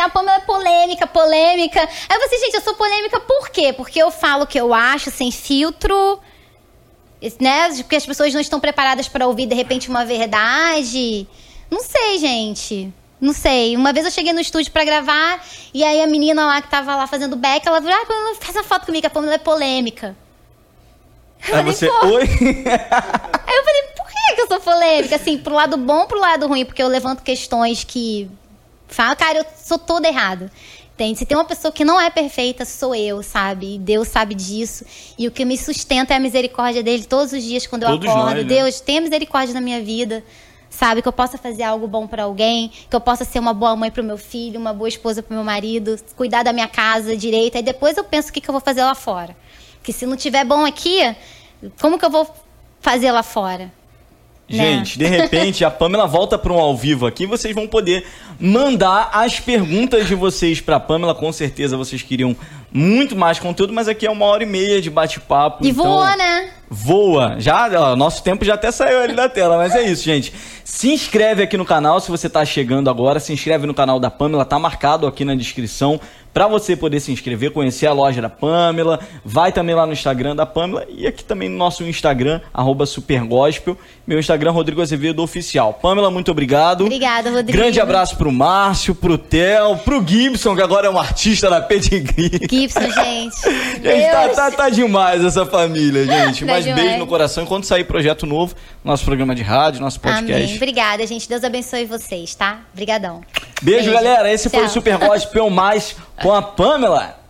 a Pamela é polêmica. Aí você, gente, eu sou polêmica por quê? Porque eu falo o que eu acho, sem filtro, né? Porque as pessoas não estão preparadas para ouvir, de repente, uma verdade. Não sei, gente. Não sei. Uma vez eu cheguei no estúdio pra gravar e aí a menina lá que tava lá fazendo back, ela virou, faz uma foto comigo, a Pamela é polêmica. Aí você, oi? Aí eu falei, por que eu sou polêmica? Assim, pro lado bom, pro lado ruim, porque eu levanto questões que falam, cara, eu sou toda errada. Entende? Se tem uma pessoa que não é perfeita, sou eu, sabe? E Deus sabe disso. E o que me sustenta é a misericórdia dele todos os dias quando eu acordo. Nós, né? Deus, tenha misericórdia na minha vida. Sabe, que eu possa fazer algo bom pra alguém, que eu possa ser uma boa mãe pro meu filho, uma boa esposa pro meu marido, cuidar da minha casa direito. Aí depois eu penso o que eu vou fazer lá fora. Que se não tiver bom aqui, como que eu vou fazer lá fora? Gente, de repente a Pamela volta para um ao vivo aqui, vocês vão poder mandar as perguntas de vocês para a Pamela. Com certeza vocês queriam muito mais conteúdo, mas aqui é 1h30 de bate-papo. E então, voa, né? Voa. Já, ó, nosso tempo já até saiu ali da tela, mas é isso, gente. Se inscreve aqui no canal, se você tá chegando agora, se inscreve no canal da Pamela, tá marcado aqui na descrição para você poder se inscrever, conhecer a loja da Pamela. Vai também lá no Instagram da Pamela e aqui também no nosso Instagram, @supergospel. Meu Instagram, Rodrigo Azevedo Oficial. Pamela, muito obrigado. Obrigada, Rodrigo. Grande abraço pro Márcio, pro Theo, pro Gibson, que agora é um artista da Pedigree. Gibson, gente. Gente, tá demais essa família, gente. Tá Mas demais. beijo no coração. Enquanto sair projeto novo, nosso programa de rádio, nosso podcast. Amém. Obrigada, gente. Deus abençoe vocês, tá? Obrigadão. Beijo, galera. Esse foi o Tchau. Super Gospel Mais com a Pamela.